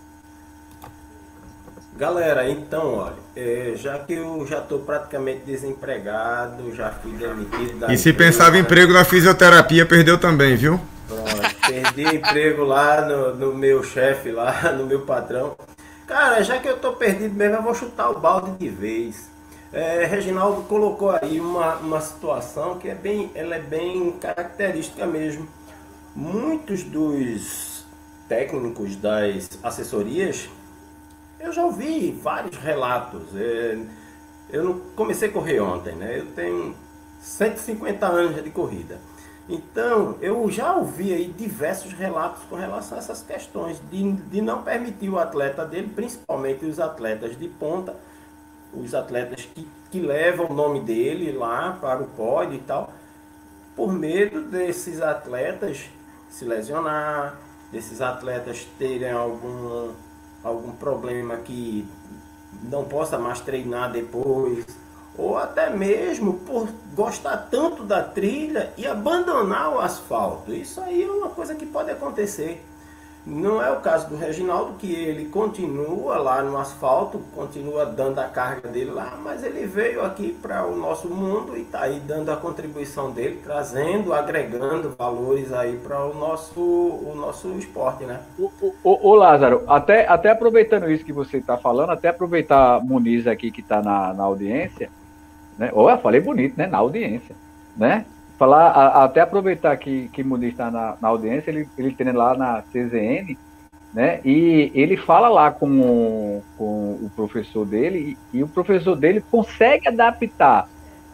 Galera, então, olha, já que eu já estou praticamente desempregado, já fui demitido. E se pensava em emprego na fisioterapia, perdeu também, viu? Pronto, perdi emprego lá no meu chefe, lá no meu patrão. Cara, já que eu estou perdido mesmo, eu vou chutar o balde de vez. Reginaldo colocou aí uma situação que ela é bem característica mesmo. Muitos dos técnicos das assessorias, eu já ouvi vários relatos. Eu não comecei a correr ontem, né? Eu tenho 150 anos de corrida. Então, eu já ouvi aí diversos relatos com relação a essas questões de não permitir o atleta dele, principalmente os atletas de ponta, os atletas que levam o nome dele lá para o pódio e tal, por medo desses atletas se lesionar, desses atletas terem algum problema que não possa mais treinar depois, ou até mesmo por gostar tanto da trilha e abandonar o asfalto. Isso aí é uma coisa que pode acontecer. Não é o caso do Reginaldo, que ele continua lá no asfalto, continua dando a carga dele lá, mas ele veio aqui para o nosso mundo e está aí dando a contribuição dele, trazendo, agregando valores aí para o nosso esporte, né? Ô Lázaro, até aproveitando isso que você está falando, até aproveitar Muniz aqui que está na audiência, né? Eu falei bonito, né? Na audiência, né? Até aproveitar que Muniz está na audiência, ele treina lá na CZN, né? E ele fala lá com o professor dele, e o professor dele consegue adaptar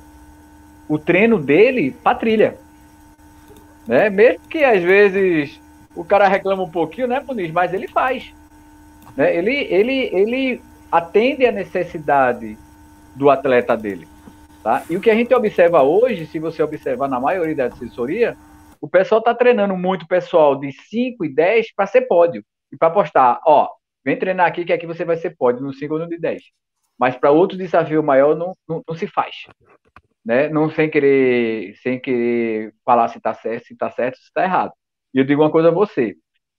o treino dele para trilha, né? Mesmo que às vezes o cara reclama um pouquinho, né, Muniz? Mas ele faz, né? Ele atende a necessidade do atleta dele. Tá? E o que a gente observa hoje, se você observar na maioria da assessoria, o pessoal está treinando muito pessoal de 5 e 10 para ser pódio. E para postar, vem treinar aqui que aqui você vai ser pódio no 5 ou no de 10. Mas para outro desafio maior não se faz. Né? Não sem querer falar se está certo, se está errado. E eu digo uma coisa a você.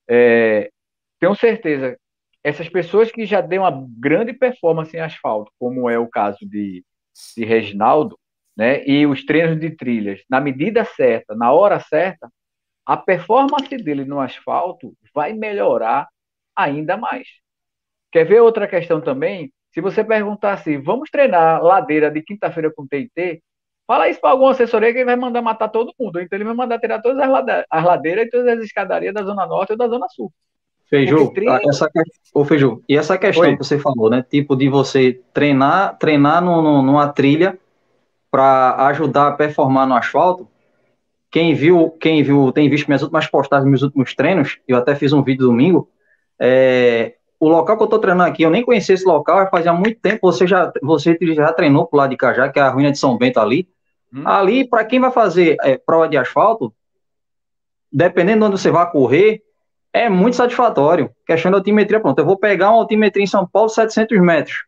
Tenho certeza, essas pessoas que já dão uma grande performance em asfalto, como é o caso de Reginaldo, né, e os treinos de trilhas, na medida certa, na hora certa, a performance dele no asfalto vai melhorar ainda mais. Quer ver outra questão também? Se você perguntar assim, vamos treinar ladeira de quinta-feira com TNT, fala isso para alguma assessoria que ele vai mandar matar todo mundo. Então ele vai mandar tirar todas as ladeiras e todas as escadarias da Zona Norte ou da Zona Sul. Feijô, Feijô, e essa questão Oi. que você falou, né? Tipo de você treinar numa trilha para ajudar a performar no asfalto. Quem viu, tem visto minhas últimas postagens, meus últimos treinos, eu até fiz um vídeo domingo. O local que eu estou treinando aqui, eu nem conhecia esse local, fazia muito tempo. Você já treinou pro lado de Cajá, que é a ruína de São Bento ali. Ali, para quem vai fazer prova de asfalto, dependendo de onde você vai correr, é muito satisfatório. Questão da altimetria, pronto. Eu vou pegar uma altimetria em São Paulo, 700 metros.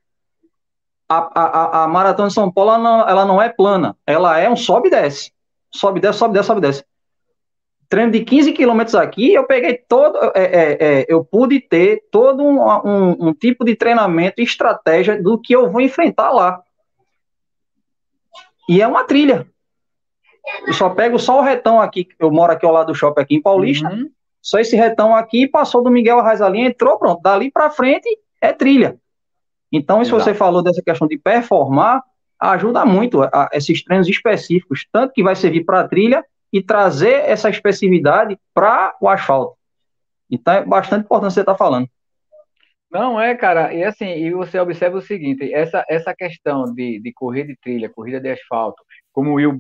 A maratona de São Paulo, ela não é plana. Ela é um sobe e desce. Sobe, desce, sobe, desce, sobe, desce. Treino de 15 quilômetros aqui, eu peguei todo... eu pude ter todo um tipo de treinamento e estratégia do que eu vou enfrentar lá. E é uma trilha. Eu só pego só o retão aqui. Eu moro aqui ao lado do shopping aqui em Paulista. Só esse retão aqui, passou do Miguel Arraes ali, entrou, pronto. Dali para frente é trilha. Então, se você falou dessa questão de performar, ajuda muito a esses treinos específicos, tanto que vai servir para a trilha e trazer essa especificidade para o asfalto. Então, é bastante importante você estar falando. Não, cara, e assim, e você observa o seguinte, essa questão de correr de trilha, corrida de asfalto, como o Will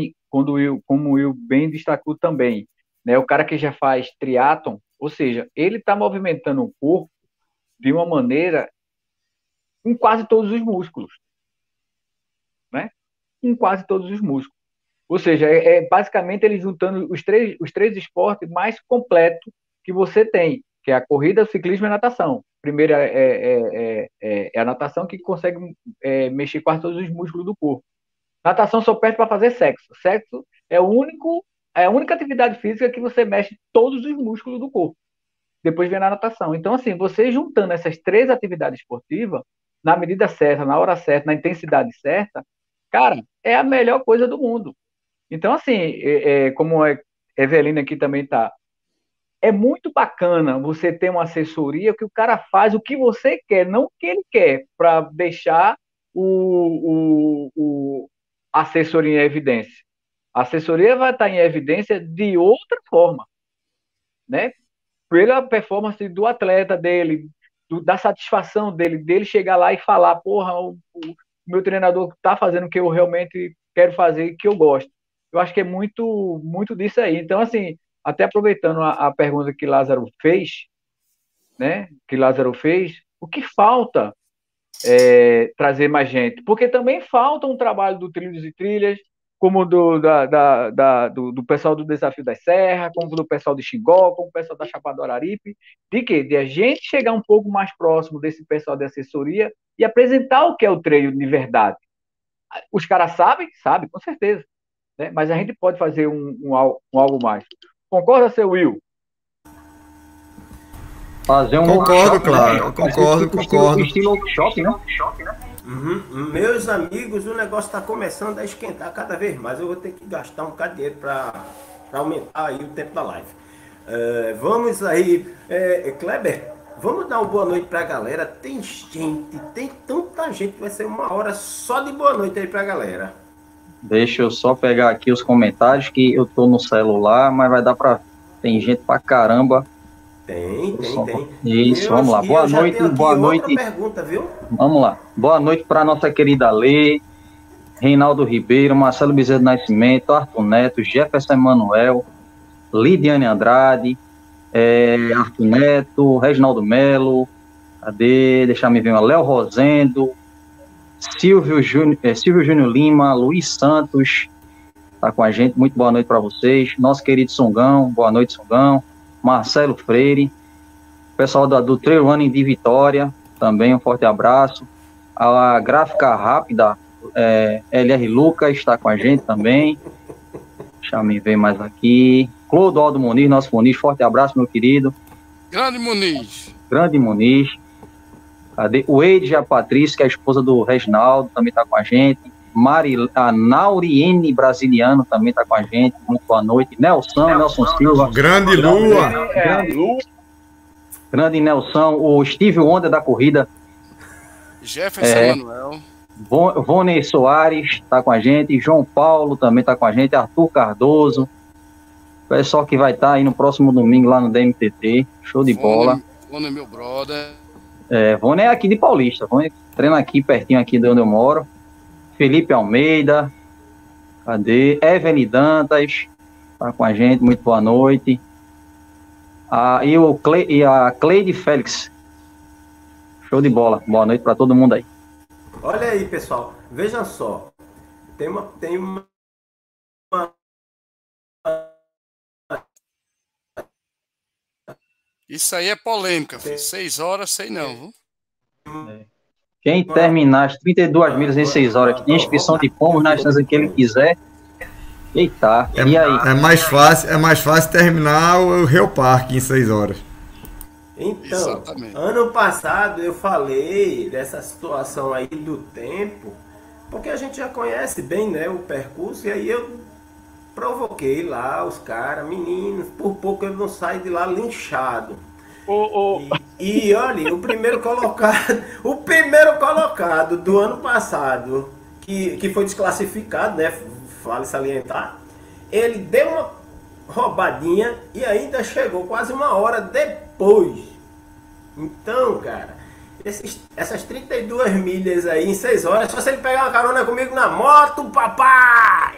bem destacou também, né, o cara que já faz triatlon, ou seja, ele está movimentando o corpo de uma maneira em quase todos os músculos, né? Em quase todos os músculos. Ou seja, basicamente ele juntando os três esportes mais completos que você tem, que é a corrida, o ciclismo e a natação. Primeiro é a natação, que consegue mexer quase todos os músculos do corpo. Natação só perde para fazer sexo. Sexo é a única atividade física que você mexe todos os músculos do corpo. Depois vem a natação. Então, assim, você juntando essas 3 atividades esportivas, na medida certa, na hora certa, na intensidade certa, cara, é a melhor coisa do mundo. Então, assim, como a Evelina aqui também tá, é muito bacana você ter uma assessoria que o cara faz o que você quer, não o que ele quer, para deixar a assessoria em evidência. A assessoria vai estar em evidência de outra forma, né? Pela performance do atleta dele, da satisfação dele chegar lá e falar, porra, o meu treinador está fazendo o que eu realmente quero fazer e que eu gosto. Eu acho que é muito, muito disso aí. Então, assim, até aproveitando a pergunta que Lázaro fez, né? O que falta trazer mais gente? Porque também falta um trabalho do Trilhos e Trilhas, como do pessoal do Desafio das Serras, como do pessoal de Xingó, como do pessoal da Chapada do Araripe, de quê? De a gente chegar um pouco mais próximo desse pessoal de assessoria e apresentar o que é o treino de verdade. Os caras sabem, com certeza, né? Mas a gente pode fazer um algo mais. Concorda, seu Will? Fazer um Concordo, workshop, claro, né? concordo. Estilo workshop, né? Meus amigos, o negócio está começando a esquentar cada vez mais. Eu vou ter que gastar um bocado de dinheiro para aumentar aí o tempo da live. Vamos aí, Kleber, vamos dar uma boa noite para a galera. Tem tanta gente que vai ser uma hora só de boa noite aí para a galera. Deixa eu só pegar aqui os comentários, que eu tô no celular, mas vai dar para... Tem gente pra caramba. Tem. Isso, vamos lá. Boa noite. Outra pergunta, viu? Vamos lá. Boa noite para nossa querida Lê, Reinaldo Ribeiro, Marcelo Bezerra do Nascimento, Arthur Neto, Jefferson Emanuel, Lidiane Andrade, Arthur Neto, Reginaldo Melo, deixa eu ver, Léo Rosendo, Silvio Júnior Lima, Luiz Santos, tá com a gente. Muito boa noite para vocês. Nosso querido Sungão, boa noite, Sungão. Marcelo Freire, pessoal do Trail Running de Vitória, também um forte abraço. A Gráfica Rápida, LR Lucas, está com a gente também. Deixa eu ver mais aqui. Clodoaldo Muniz, nosso Muniz, forte abraço, meu querido. Grande Muniz. O Eide, a Patrícia, que é a esposa do Reginaldo, também está com a gente. A Nauriene Brasiliano também está com a gente. Muito boa noite. Nelson Silva. Grande Lua. Grande Nelson. O Steve Wonder da corrida. Jefferson É. Manuel. Vone Soares está com a gente, João Paulo também está com a gente, Arthur Cardoso, pessoal que vai estar aí no próximo domingo lá no DMTT, show de bola. Vone, meu brother. Vone é aqui de Paulista, Vone treina aqui pertinho aqui de onde eu moro. Felipe Almeida, cadê? Evelyn Dantas está com a gente, muito boa noite. E a Cleide Félix, show de bola, boa noite para todo mundo aí. Olha aí, pessoal, veja só, tem uma Isso aí é polêmica, filho. 6 horas, sei não, viu? Quem terminar as 32 milhas em 6 horas, tem inscrição de pombos na distância que ele quiser. Eita, e aí? É mais fácil terminar o Rio Parque em 6 horas. Então, Exatamente. ano passado eu falei dessa situação aí do tempo, porque a gente já conhece bem, né, o percurso, e aí eu provoquei lá os caras, meninos, por pouco eu não saio de lá linchado. E olha, o primeiro colocado do ano passado, que foi desclassificado, né, vale salientar, ele deu uma roubadinha e ainda chegou quase uma hora depois. Então, cara, essas 32 milhas aí em 6 horas, só se ele pegar uma carona comigo na moto, papai!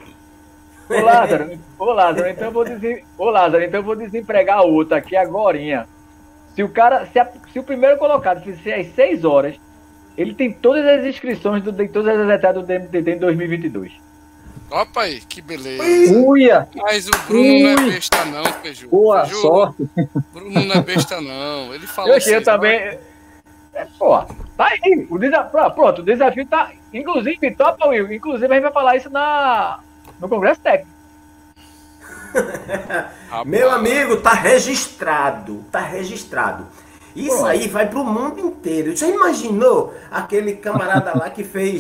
Ô Lázaro, então eu vou desempregar o outro aqui agorinha. Se o primeiro colocado fizer as 6 horas, ele tem todas as inscrições de todas as etapas do DMTT em 2022. Opa aí, que beleza. Uia! Mas o Bruno não é besta não, Feju. Boa Feju, sorte! Bruno não é besta não. Ele falou Eu também... Pô, tá aí. Pronto, o desafio tá... Inclusive, topa, Will. Inclusive, a gente vai falar isso no Congresso Técnico. Meu amigo, tá registrado. Isso aí vai pro mundo inteiro. Já imaginou aquele camarada lá que fez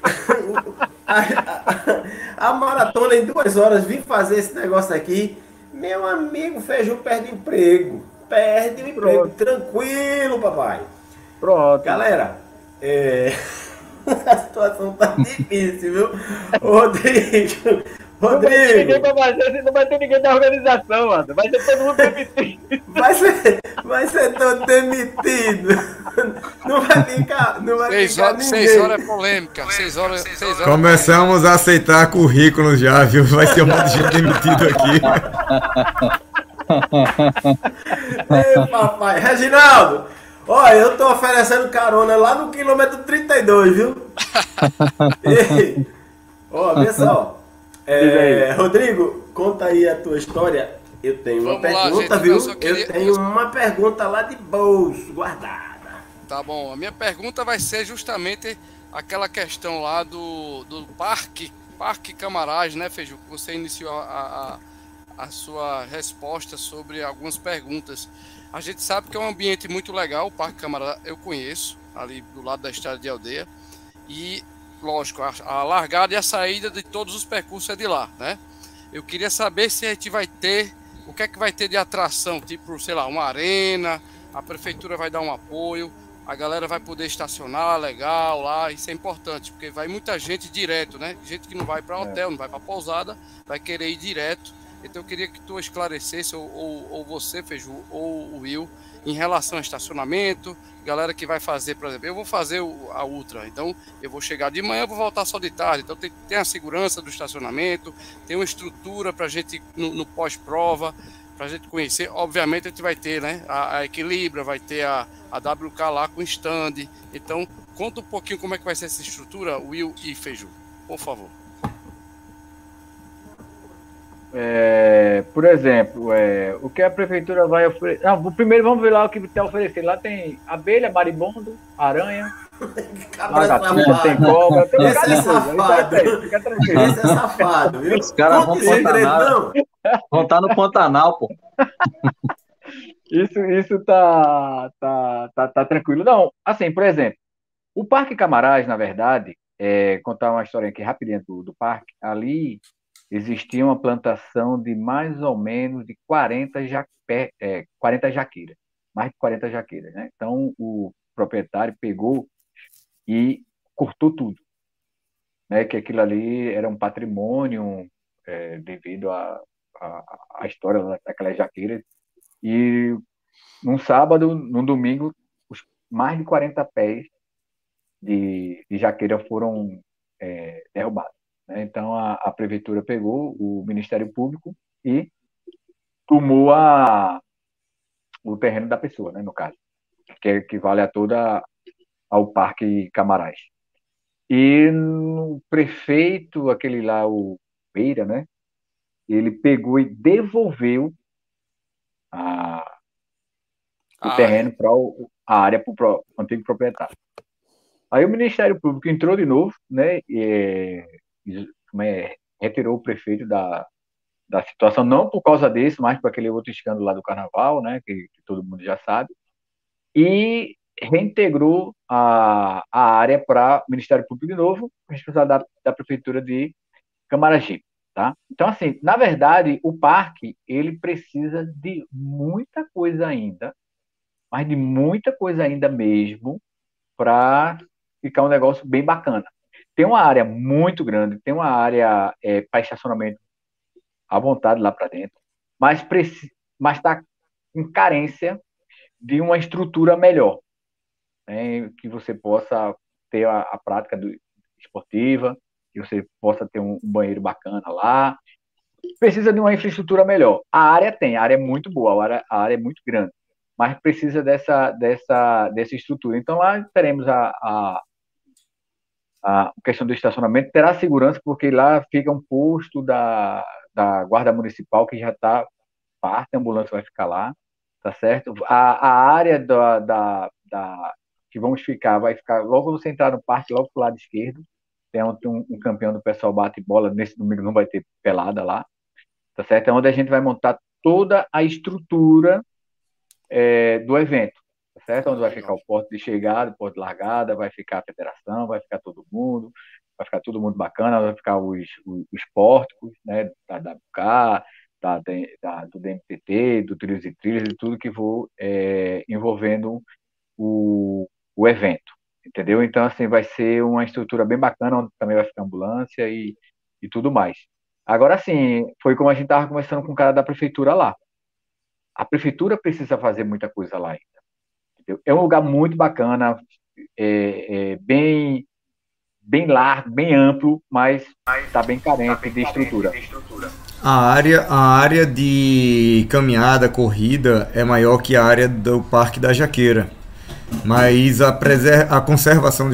a maratona em 2 horas, vir fazer esse negócio aqui? Meu amigo, Feijão perde emprego. Tranquilo, papai. Pronto. Galera, a situação tá difícil, viu? Rodrigo. Não vai ter ninguém da organização, mano. Vai ser todo mundo demitido. Vai ser todo demitido. Não vai ficar ninguém. 6 horas é polêmica. 6 horas. Começamos a aceitar currículos já, viu? Vai ter um monte de gente demitido aqui. Ei, papai. Reginaldo, olha, eu tô oferecendo carona lá no quilômetro 32, viu? Ei, ó, vê só. Rodrigo, conta aí a tua história. Eu tenho uma pergunta, viu? Eu tenho uma pergunta lá de bolso, guardada. Tá bom, a minha pergunta vai ser justamente aquela questão lá do Parque Camarage, né, Feiju? Que você iniciou a sua resposta sobre algumas perguntas. A gente sabe que é um ambiente muito legal, o Parque Camarage eu conheço, ali do lado da estrada de Aldeia, e lógico, a largada e a saída de todos os percursos é de lá, né? Eu queria saber se a gente vai ter, o que é que vai ter de atração, tipo, sei lá, uma arena, a prefeitura vai dar um apoio, a galera vai poder estacionar legal lá, isso é importante, porque vai muita gente direto, né? Gente que não vai para hotel, não vai para pousada, vai querer ir direto. Então eu queria que tu esclarecesse, ou você, Feiju, ou o Will, em relação ao estacionamento, galera que vai fazer, por exemplo, eu vou fazer a Ultra, então eu vou chegar de manhã, eu vou voltar só de tarde, então tem a segurança do estacionamento, tem uma estrutura para a gente, no pós-prova, para a gente conhecer, obviamente a gente vai ter, né, a Equilibra, vai ter a WK lá com stand, então conta um pouquinho como é que vai ser essa estrutura, Will e Feiju, por favor. Por exemplo, o que a prefeitura vai oferecer. Primeiro vamos ver lá o que está oferecendo. Lá tem abelha, maribondo, aranha, lagartixa, tem cobra, tem um bocado de coisa. Fica tranquilo. Esse é safado, viu? Os caras vão estar no Pantanal, pô. Isso tá tranquilo. Não, assim, por exemplo, o Parque Camarage, na verdade, contar uma história aqui rapidinho do parque, ali existia uma plantação de mais ou menos de 40 jaqueiras, mais de 40 jaqueiras, né? Então, o proprietário pegou e cortou tudo, né? Que aquilo ali era um patrimônio devido à história daquelas jaqueiras. E num sábado, num domingo, mais de 40 pés de jaqueira foram derrubados, né? Então a prefeitura pegou o Ministério Público e tomou o terreno da pessoa, né, no caso, que equivale a toda ao Parque Camarás. E o prefeito, aquele lá, o Beira, né, ele pegou e devolveu o terreno para a área para o antigo proprietário. Aí o Ministério Público entrou de novo, né, retirou o prefeito da situação, não por causa desse, mas por aquele outro escândalo lá do Carnaval, né, que todo mundo já sabe, e reintegrou a área para o Ministério Público de novo, responsável da Prefeitura de Camaragibe, tá? Então, assim, na verdade, o parque, ele precisa de muita coisa ainda, mas de muita coisa ainda mesmo, para ficar um negócio bem bacana. Tem uma área muito grande, tem uma área para estacionamento à vontade lá para dentro, mas está em carência de uma estrutura melhor, né, que você possa ter a prática esportiva, que você possa ter um banheiro bacana lá. Precisa de uma infraestrutura melhor. A área é muito boa, a área é muito grande, mas precisa dessa estrutura. Então lá teremos a questão do estacionamento, terá segurança, porque lá fica um posto da Guarda Municipal que já está parte, a ambulância vai ficar lá, tá certo? A área que vamos ficar, vai ficar logo você entrar no parque, logo pro lado esquerdo, tem um campeão do pessoal bate bola, nesse domingo não vai ter pelada lá, tá certo? É onde a gente vai montar toda a estrutura do evento, tá certo? Onde vai ficar o porto de chegada, o porto de largada, vai ficar a federação, vai ficar todo mundo, vai ficar todo mundo bacana, vai ficar os pórticos, né, da WK, do DMTT, do Trilhos e Trilhas, e tudo que for envolvendo o evento, entendeu? Então, assim, vai ser uma estrutura bem bacana, onde também vai ficar ambulância e tudo mais. Agora, assim, foi como a gente estava conversando com o cara da prefeitura lá. A prefeitura precisa fazer muita coisa lá ainda, entendeu? É um lugar muito bacana, bem largo, bem amplo, mas está bem carente de estrutura. A área de caminhada, corrida, é maior que a área do Parque da Jaqueira. Mas a conservação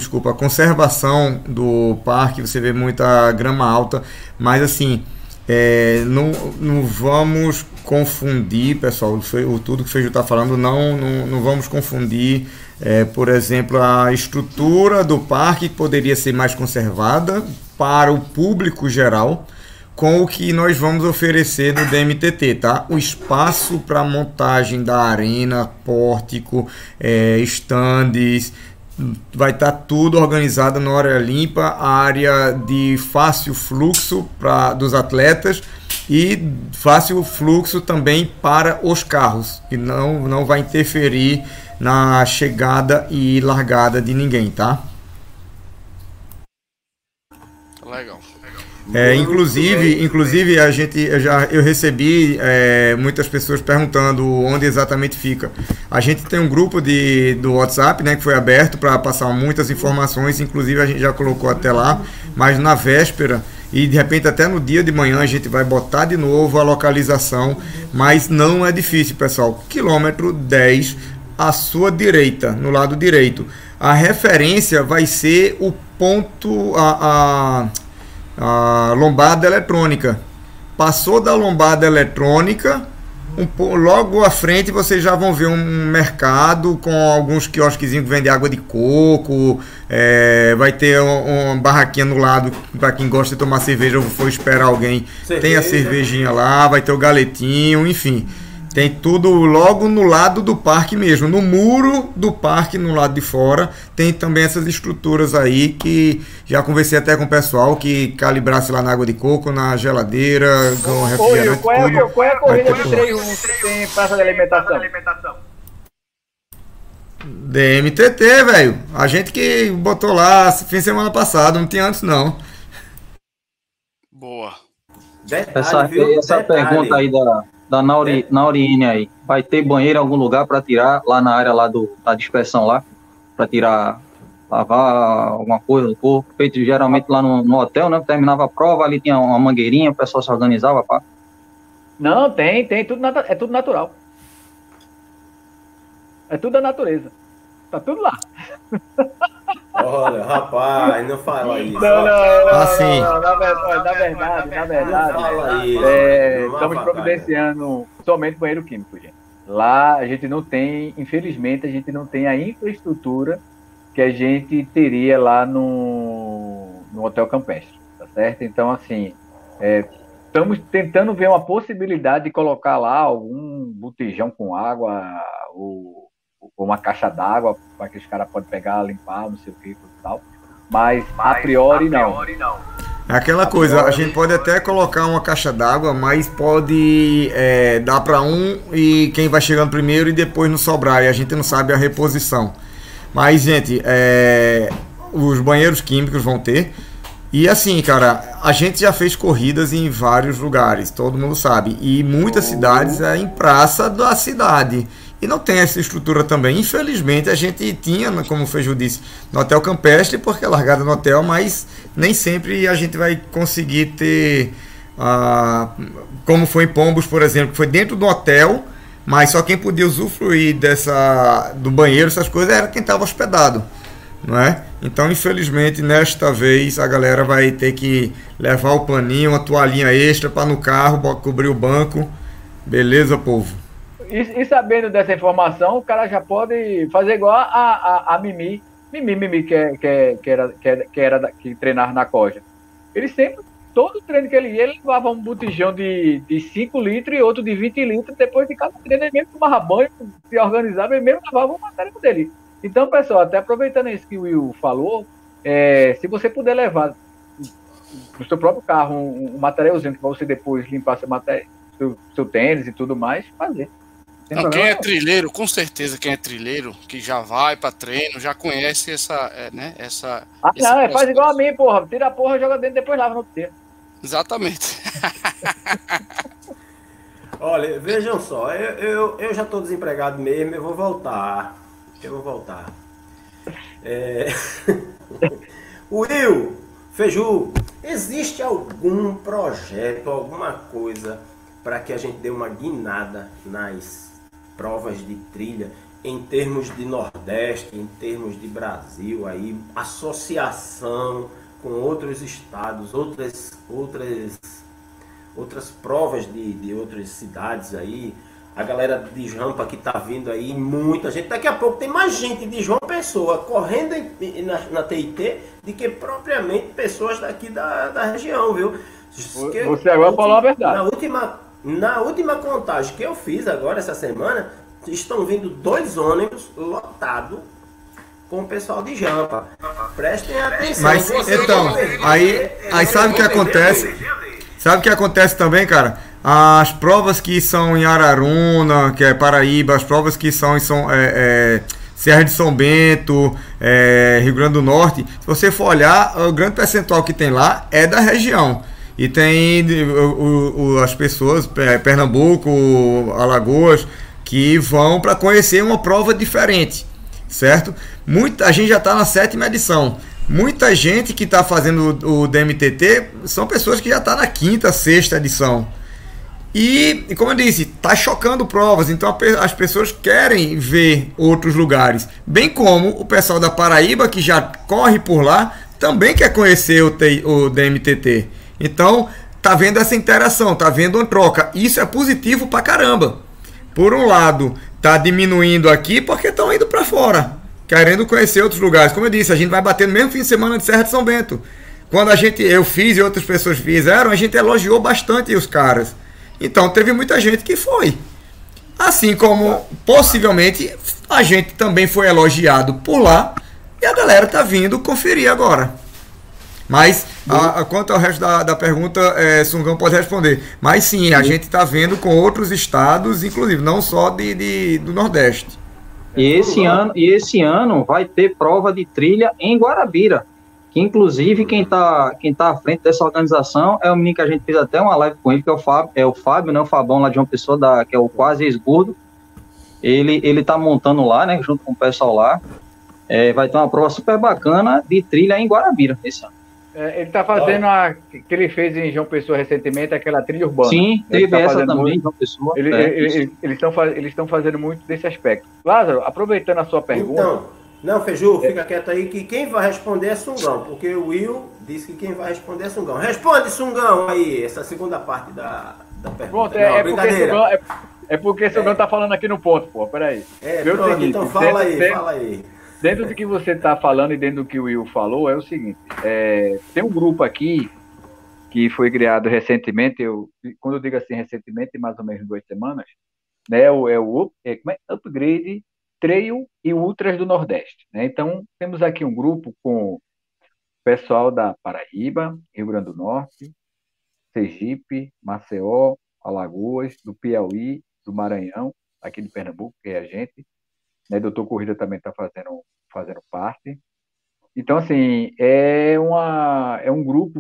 do parque, você vê muita grama alta, mas assim, não vamos confundir, pessoal, tudo que o Feiju está falando, não vamos confundir, por exemplo, a estrutura do parque, que poderia ser mais conservada para o público geral, com o que nós vamos oferecer no DMTT, tá? O espaço para montagem da arena, pórtico, estandes, vai estar tudo organizado na área limpa, área de fácil fluxo dos atletas e fácil fluxo também para os carros, que não vai interferir na chegada e largada de ninguém, tá? Legal. Inclusive eu recebi muitas pessoas perguntando onde exatamente fica. A gente tem um grupo do WhatsApp, né, que foi aberto para passar muitas informações, inclusive a gente já colocou até lá, mas na véspera e de repente até no dia de manhã a gente vai botar de novo a localização, mas não é difícil, pessoal. Quilômetro 10 à sua direita, no lado direito. A referência vai ser o ponto a lombada eletrônica. Passou da lombada eletrônica, logo à frente vocês já vão ver um mercado com alguns quiosquezinhos que vendem água de coco, vai ter uma barraquinha no lado para quem gosta de tomar cerveja ou for esperar alguém, tem a cervejinha lá, vai ter o galetinho, enfim. Tem tudo logo no lado do parque mesmo, no muro do parque, no lado de fora, tem também essas estruturas aí que já conversei até com o pessoal que calibrasse lá na água de coco, na geladeira, com refrigerante. Qual é a corrida de 3 que tem praça de alimentação? DMTT, velho. A gente que botou lá fim de semana passado, não tinha antes não. Boa. Detalhe, viu? Essa Detalhe. pergunta aí da Nauriene aí. Vai ter banheiro em algum lugar para tirar lá na área lá da dispersão lá? Para tirar, lavar alguma coisa do corpo? Feito geralmente lá no hotel, né? Terminava a prova, ali tinha uma mangueirinha, o pessoal se organizava, pá. Não, tem, é tudo natural. É tudo da natureza. Tá tudo lá. Olha, rapaz, não fala isso. Assim. Na verdade, Não fala isso. Não estamos avacalha. providenciando somente banheiro químico, gente. Lá a gente não tem, infelizmente, a gente não tem a infraestrutura que a gente teria lá no Hotel Campestre, tá certo? Então, assim, estamos tentando ver uma possibilidade de colocar lá algum botijão com água ou uma caixa d'água para que os caras podem pegar, limpar, não sei o que e tal. Mas a priori não. É aquela coisa, a gente pode até colocar uma caixa d'água, mas pode dar para um e quem vai chegando primeiro e depois não sobrar, e a gente não sabe a reposição. Mas, gente, os banheiros químicos vão ter. E assim, cara, a gente já fez corridas em vários lugares, todo mundo sabe. E muitas cidades é em praça da cidade. E não tem essa estrutura também. Infelizmente, a gente tinha, como o Feijão disse, no Hotel Campestre, porque é largada no hotel, mas nem sempre a gente vai conseguir ter, como foi em Pombos, por exemplo, que foi dentro do hotel, mas só quem podia usufruir do banheiro, essas coisas, era quem estava hospedado. Não é? Então, infelizmente, nesta vez a galera vai ter que levar o paninho, uma toalhinha extra para no carro, cobrir o banco. Beleza, povo? E sabendo dessa informação, o cara já pode fazer igual a Mimi. Mimi que treinava na Coja. Ele sempre, todo treino que ele ia, ele levava um botijão de 5 litros e outro de 20 litros. Depois de cada treino, ele mesmo tomava banho, se organizava, ele mesmo lavava o material dele. Então, pessoal, até aproveitando isso que o Will falou, se você puder levar no seu próprio carro um materialzinho para você depois limpar seu tênis e tudo mais, fazer. Não, quem é trilheiro, com certeza quem é trilheiro, que já vai para treino, já conhece essa. Faz igual a mim, porra. Tira a porra, joga dentro e depois lava no outro dia. Exatamente. Olha, vejam só, eu já estou desempregado mesmo, eu vou voltar. Will, Feiju, existe algum projeto, alguma coisa para que a gente dê uma guinada nas provas de trilha em termos de Nordeste, em termos de Brasil, aí, associação com outros estados, outras provas de outras cidades aí? A galera de Jampa que tá vindo aí, muita gente. Daqui a pouco tem mais gente de João Pessoa correndo na TIT do que propriamente pessoas daqui da região, viu? Você agora falou a verdade. Na última contagem que eu fiz agora, essa semana, estão vindo 2 ônibus lotados com o pessoal de Jampa. Prestem atenção. Mas, então, aí sabe o que acontece? Sabe o que acontece também, cara? As provas que são em Araruna, que é Paraíba, as provas que são em Serra de São Bento, Rio Grande do Norte, se você for olhar, o grande percentual que tem lá é da região. E tem as pessoas, Pernambuco, Alagoas, que vão para conhecer uma prova diferente, certo? A gente já está na 7ª edição. Muita gente que está fazendo o DMTT são pessoas que já estão na 5ª, 6ª edição. E como eu disse, está chocando provas, então as pessoas querem ver outros lugares. Bem como o pessoal da Paraíba, que já corre por lá, também quer conhecer o DMTT. Então, tá vendo essa interação, tá vendo uma troca. Isso é positivo pra caramba. Por um lado, tá diminuindo aqui porque estão indo para fora, querendo conhecer outros lugares. Como eu disse, a gente vai bater no mesmo fim de semana de Serra de São Bento. Quando eu fiz e outras pessoas fizeram, a gente elogiou bastante os caras. Então, teve muita gente que foi. Assim como, possivelmente, a gente também foi elogiado por lá e a galera tá vindo conferir agora. Mas, quanto ao resto da pergunta, Sungão pode responder. Mas sim, a gente está vendo com outros estados, inclusive, não só do Nordeste. E esse ano vai ter prova de trilha em Guarabira. Que inclusive quem tá à frente dessa organização é o menino que a gente fez até uma live com ele, que é o Fábio, né? O Fabão lá de uma pessoa que é o quase ex-gordo. Ele tá montando lá, né? Junto com o pessoal lá. Vai ter uma prova super bacana de trilha em Guarabira esse ano. Ele está fazendo a que ele fez em João Pessoa recentemente, aquela trilha urbana. Sim, teve essa também, João Pessoa. Eles estão fazendo muito desse aspecto. Lázaro, aproveitando a sua pergunta... Então, não, Feju, fica quieto aí que quem vai responder é Sungão, porque o Will disse que quem vai responder é Sungão. Responde, Sungão, aí, essa segunda parte da pergunta. Pronto, brincadeira. Porque Sungão está falando aqui no ponto, pô, peraí. Pronto, seguinte, então fala aí. Dentro do que você está falando e dentro do que o Will falou, é o seguinte, tem um grupo aqui que foi criado recentemente, quando eu digo assim recentemente, mais ou menos 2 semanas, né, Upgrade Trail e Ultras do Nordeste. Né? Então, temos aqui um grupo com o pessoal da Paraíba, Rio Grande do Norte, Sergipe, Maceió, Alagoas, do Piauí, do Maranhão, aqui de Pernambuco, que é a gente, né? Doutor Corrida também está fazendo parte. Então, assim, é um grupo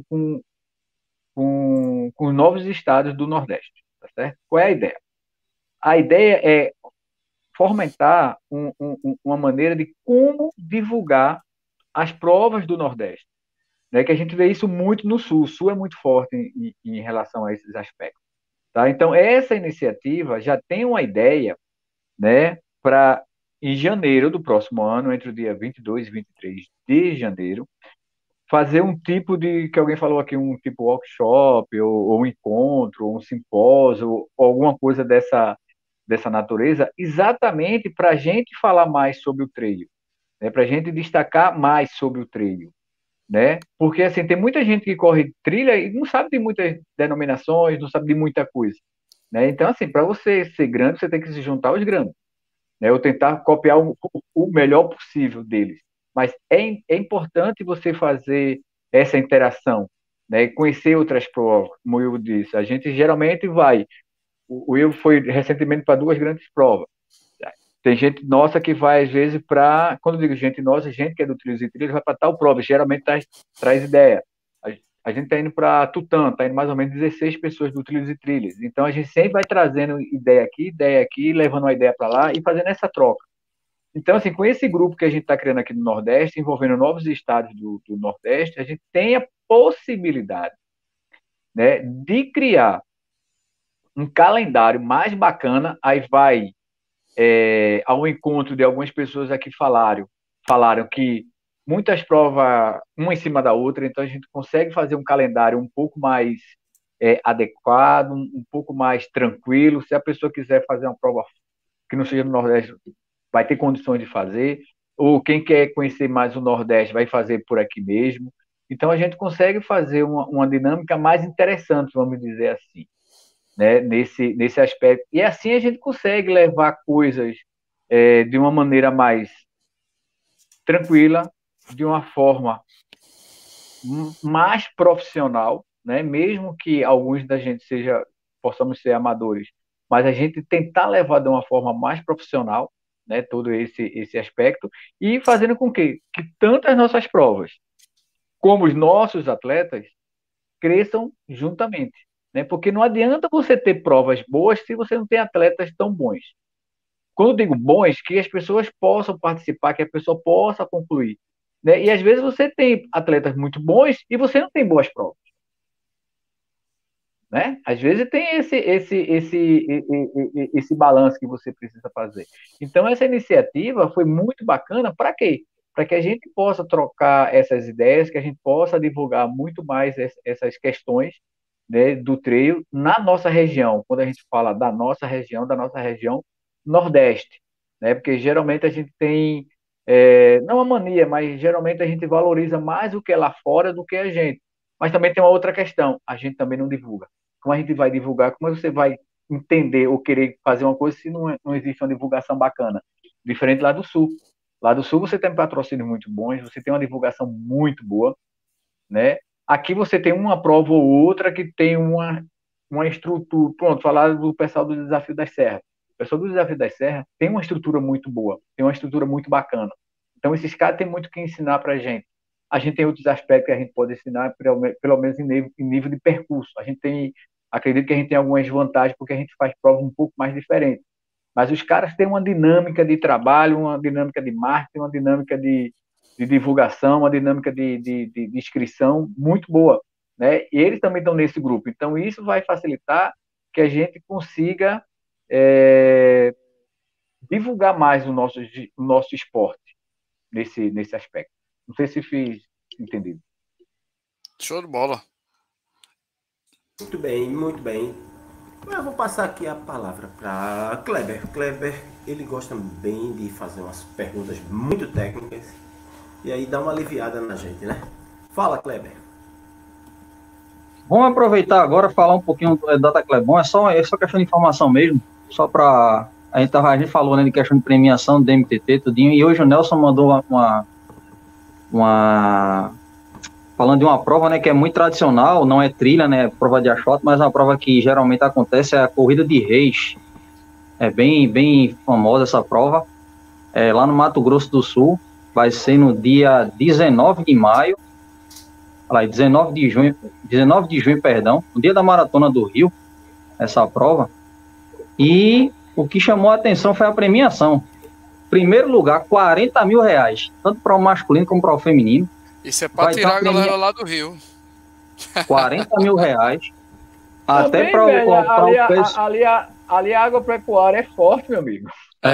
com novos estados do Nordeste, tá certo? Qual é a ideia? A ideia é fomentar uma maneira de como divulgar as provas do Nordeste, né? Que a gente vê isso muito no Sul. O Sul é muito forte em relação a esses aspectos. Tá? Então, essa iniciativa já tem uma ideia, né, para em janeiro do próximo ano, entre o dia 22 e 23 de janeiro, fazer um tipo que alguém falou aqui, um tipo workshop, ou um encontro, ou um simpósio, ou alguma coisa dessa natureza, exatamente para a gente falar mais sobre o trail, né? Para a gente destacar mais sobre o trail. Né? Porque assim, tem muita gente que corre trilha e não sabe de muitas denominações, não sabe de muita coisa. Né? Então, assim, para você ser grande, você tem que se juntar aos grandes. Né? Ou tentar copiar o melhor possível deles. Mas é importante você fazer essa interação, né? Conhecer outras provas, como eu disse. A gente geralmente vai. O Will foi recentemente para 2 grandes provas. Tem gente nossa que vai, às vezes, para. Quando eu digo gente nossa, gente que é do Trilhos e Trilhas, vai para tal prova. Geralmente traz ideia. A gente está indo para Tutã, está indo mais ou menos 16 pessoas do Trilhos e Trilhas. Então a gente sempre vai trazendo ideia aqui, levando uma ideia para lá e fazendo essa troca. Então, assim, com esse grupo que a gente está criando aqui no Nordeste, envolvendo novos estados do Nordeste, a gente tem a possibilidade, né, de criar um calendário mais bacana. Aí vai ao encontro de algumas pessoas aqui falaram que muitas provas, uma em cima da outra, então a gente consegue fazer um calendário um pouco mais adequado, um pouco mais tranquilo. Se a pessoa quiser fazer uma prova que não seja no Nordeste, vai ter condições de fazer, ou quem quer conhecer mais o Nordeste vai fazer por aqui mesmo. Então a gente consegue fazer uma dinâmica mais interessante, vamos dizer assim. Né, nesse aspecto. E assim a gente consegue levar coisas de uma maneira mais tranquila, de uma forma mais profissional, né, mesmo que alguns da gente possamos ser amadores, mas a gente tentar levar de uma forma mais profissional, né, todo esse aspecto, e fazendo com que tanto as nossas provas como os nossos atletas cresçam juntamente. Né? Porque não adianta você ter provas boas se você não tem atletas tão bons. Quando eu digo bons, que as pessoas possam participar, que a pessoa possa concluir. Né? E às vezes você tem atletas muito bons e você não tem boas provas. Né? Às vezes tem esse balanço que você precisa fazer. Então, essa iniciativa foi muito bacana. Para quê? Para que a gente possa trocar essas ideias, que a gente possa divulgar muito mais essas questões, né, do trail na nossa região. Quando a gente fala da nossa região Nordeste, né, porque geralmente a gente tem, não uma mania, mas geralmente a gente valoriza mais o que é lá fora do que a gente. Mas também tem uma outra questão, a gente também não divulga. Como a gente vai divulgar? Como você vai entender ou querer fazer uma coisa se não existe uma divulgação bacana? Diferente lá do Sul. Lá do Sul você tem patrocínios muito bons, você tem uma divulgação muito boa, né? Aqui você tem uma prova ou outra que tem uma estrutura. Pronto, falar do pessoal do Desafio das Serras. O pessoal do Desafio das Serras tem uma estrutura muito boa, tem uma estrutura muito bacana. Então, esses caras têm muito que ensinar para a gente. A gente tem outros aspectos que a gente pode ensinar, pelo menos em nível de percurso. Acredito que a gente tem algumas vantagens, porque a gente faz provas um pouco mais diferentes. Mas os caras têm uma dinâmica de trabalho, uma dinâmica de marketing, uma dinâmica de divulgação, uma dinâmica de inscrição muito boa, né? E eles também estão nesse grupo. Então, isso vai facilitar que a gente consiga divulgar mais o nosso esporte nesse aspecto. Não sei se fiz entendido. Show de bola. Muito bem, muito bem. Eu vou passar aqui a palavra para Kleber. Kleber, ele gosta bem de fazer umas perguntas muito técnicas e aí dá uma aliviada na gente, né? Fala, Kleber. Vamos aproveitar agora e falar um pouquinho do Data Clebon. É só questão de informação mesmo, só para... A gente falou, né, de questão de premiação do DMTT, tudinho, e hoje o Nelson mandou falando de uma prova, né, que é muito tradicional, não é trilha, né, prova de asfalto, mas é uma prova que geralmente acontece, é a Corrida de Reis. É bem famosa essa prova, lá no Mato Grosso do Sul, vai ser no dia 19 de maio, 19 de junho, perdão, no dia da Maratona do Rio, essa prova. E o que chamou a atenção foi a premiação. Primeiro lugar, R$40 mil, tanto para o masculino como para o feminino. Isso é para tirar a galera lá do Rio. R$40 mil. Até para ali a agropecuária é forte, meu amigo.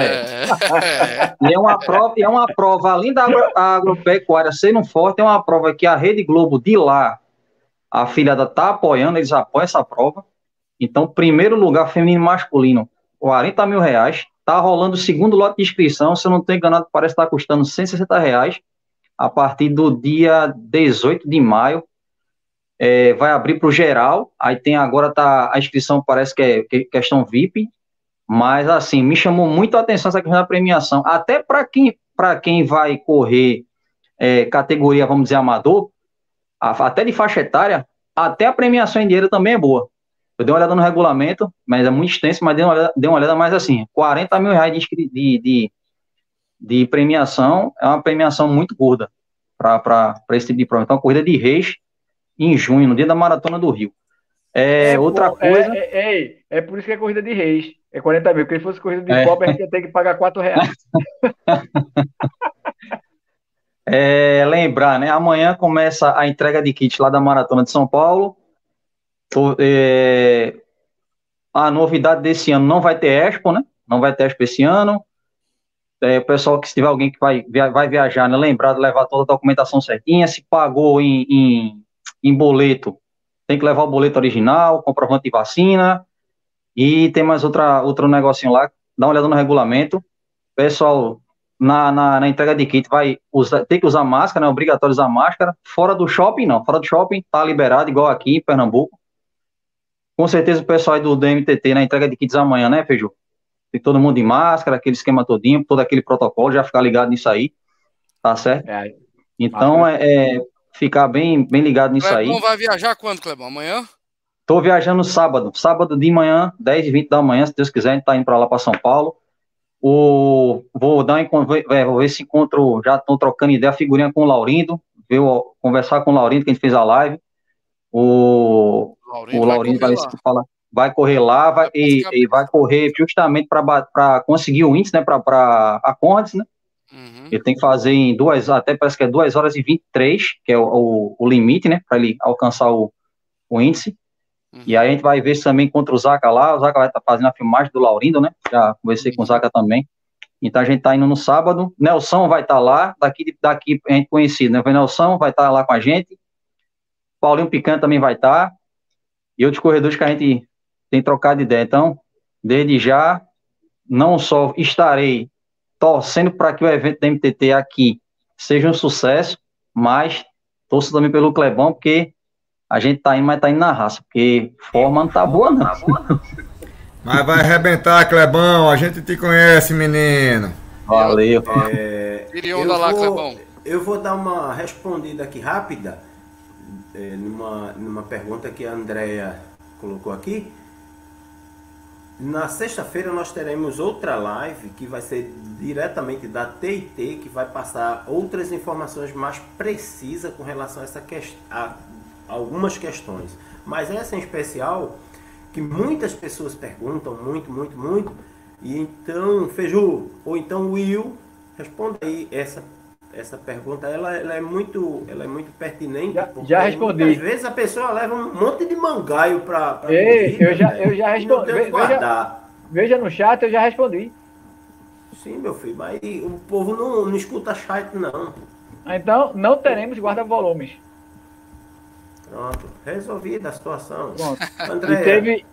E é uma prova, além da agropecuária sendo forte, é uma prova que a Rede Globo de lá, a afiliada está apoiando, eles apoiam essa prova. Então, primeiro lugar, feminino e masculino, R$40 mil. Está rolando o segundo lote de inscrição, se eu não estou enganado, parece que está custando R$160 a partir do dia 18 de maio. Vai abrir para o geral, aí tem agora, a inscrição parece que é questão VIP, mas assim, me chamou muito a atenção essa questão da premiação, até para quem vai correr categoria, vamos dizer, amador, até de faixa etária, até a premiação em dinheiro também é boa. Eu dei uma olhada no regulamento, mas é muito extenso, mas dei uma olhada mais assim, R$40 mil de premiação, é uma premiação muito gorda para esse tipo de prova. Então, a Corrida de Reis, em junho, no dia da Maratona do Rio. Outra coisa... É por isso que é Corrida de Reis, é R$40 mil, porque se fosse Corrida de Copa, a gente ia ter que pagar R$4. Lembrar, né? Amanhã começa a entrega de kit lá da Maratona de São Paulo. A novidade desse ano não vai ter Expo, né? Não vai ter Expo esse ano. O pessoal, que se tiver alguém que vai viajar, né? Lembrar de levar toda a documentação certinha. Se pagou em boleto, tem que levar o boleto original, comprovante de vacina. E tem mais outro negocinho lá. Dá uma olhada no regulamento. Pessoal, na entrega de kit tem que usar máscara, né? É obrigatório usar máscara. Fora do shopping, não. Fora do shopping, tá liberado, igual aqui em Pernambuco. Com certeza o pessoal aí do DMTT na entrega de kits amanhã, né, Feijô? Tem todo mundo de máscara, aquele esquema todinho, todo aquele protocolo, já ficar ligado nisso aí, tá certo? Então, ficar bem ligado nisso aí. Clebão vai viajar quando, Clebão? Amanhã? Tô viajando sábado de manhã, 10h20 da manhã, se Deus quiser, a gente tá indo para lá para São Paulo. Vou ver se encontro, já estou trocando ideia, figurinha com o Laurindo, conversar com o Laurindo, que a gente fez a live. O Laurindo vai correr lá, e vai correr justamente para conseguir o índice, né, para a Conrads, né? Uhum. Ele tem que fazer em até parece que é 2h23, que é o limite, né, para ele alcançar o índice. Uhum. E aí a gente vai ver se também encontra o Zaca lá, o Zaca vai estar fazendo a filmagem do Laurindo, né, já conversei com o Zaca também. Então a gente tá indo no sábado, Nelson vai estar lá, daqui a gente conhecido, né, o Nelson vai estar lá com a gente, Paulinho Picante também vai estar, e outros corredores que a gente tem trocado ideia. Então, desde já, não só estarei torcendo para que o evento da MTT aqui seja um sucesso, mas torço também pelo Clebão, porque a gente tá indo, mas tá indo na raça, porque forma não tá boa, não. Mas vai arrebentar, Clebão, a gente te conhece, menino. Valeu. Eu vou dar uma respondida aqui rápida, numa pergunta que a Andrea colocou aqui. Na sexta-feira nós teremos outra live que vai ser diretamente da TIT, que vai passar outras informações mais precisas com relação a algumas questões. Mas essa em especial, que muitas pessoas perguntam muito. E então, Feju, ou então Will, responda aí essa pergunta. Ela é muito pertinente. Já respondi. Às vezes a pessoa leva um monte de mangaio para eu já respondi. Veja no chat, eu já respondi. Sim, meu filho, mas o povo não escuta chat, não. Então, não teremos guarda-volumes. Pronto, resolvida a situação. Pronto. André, E teve...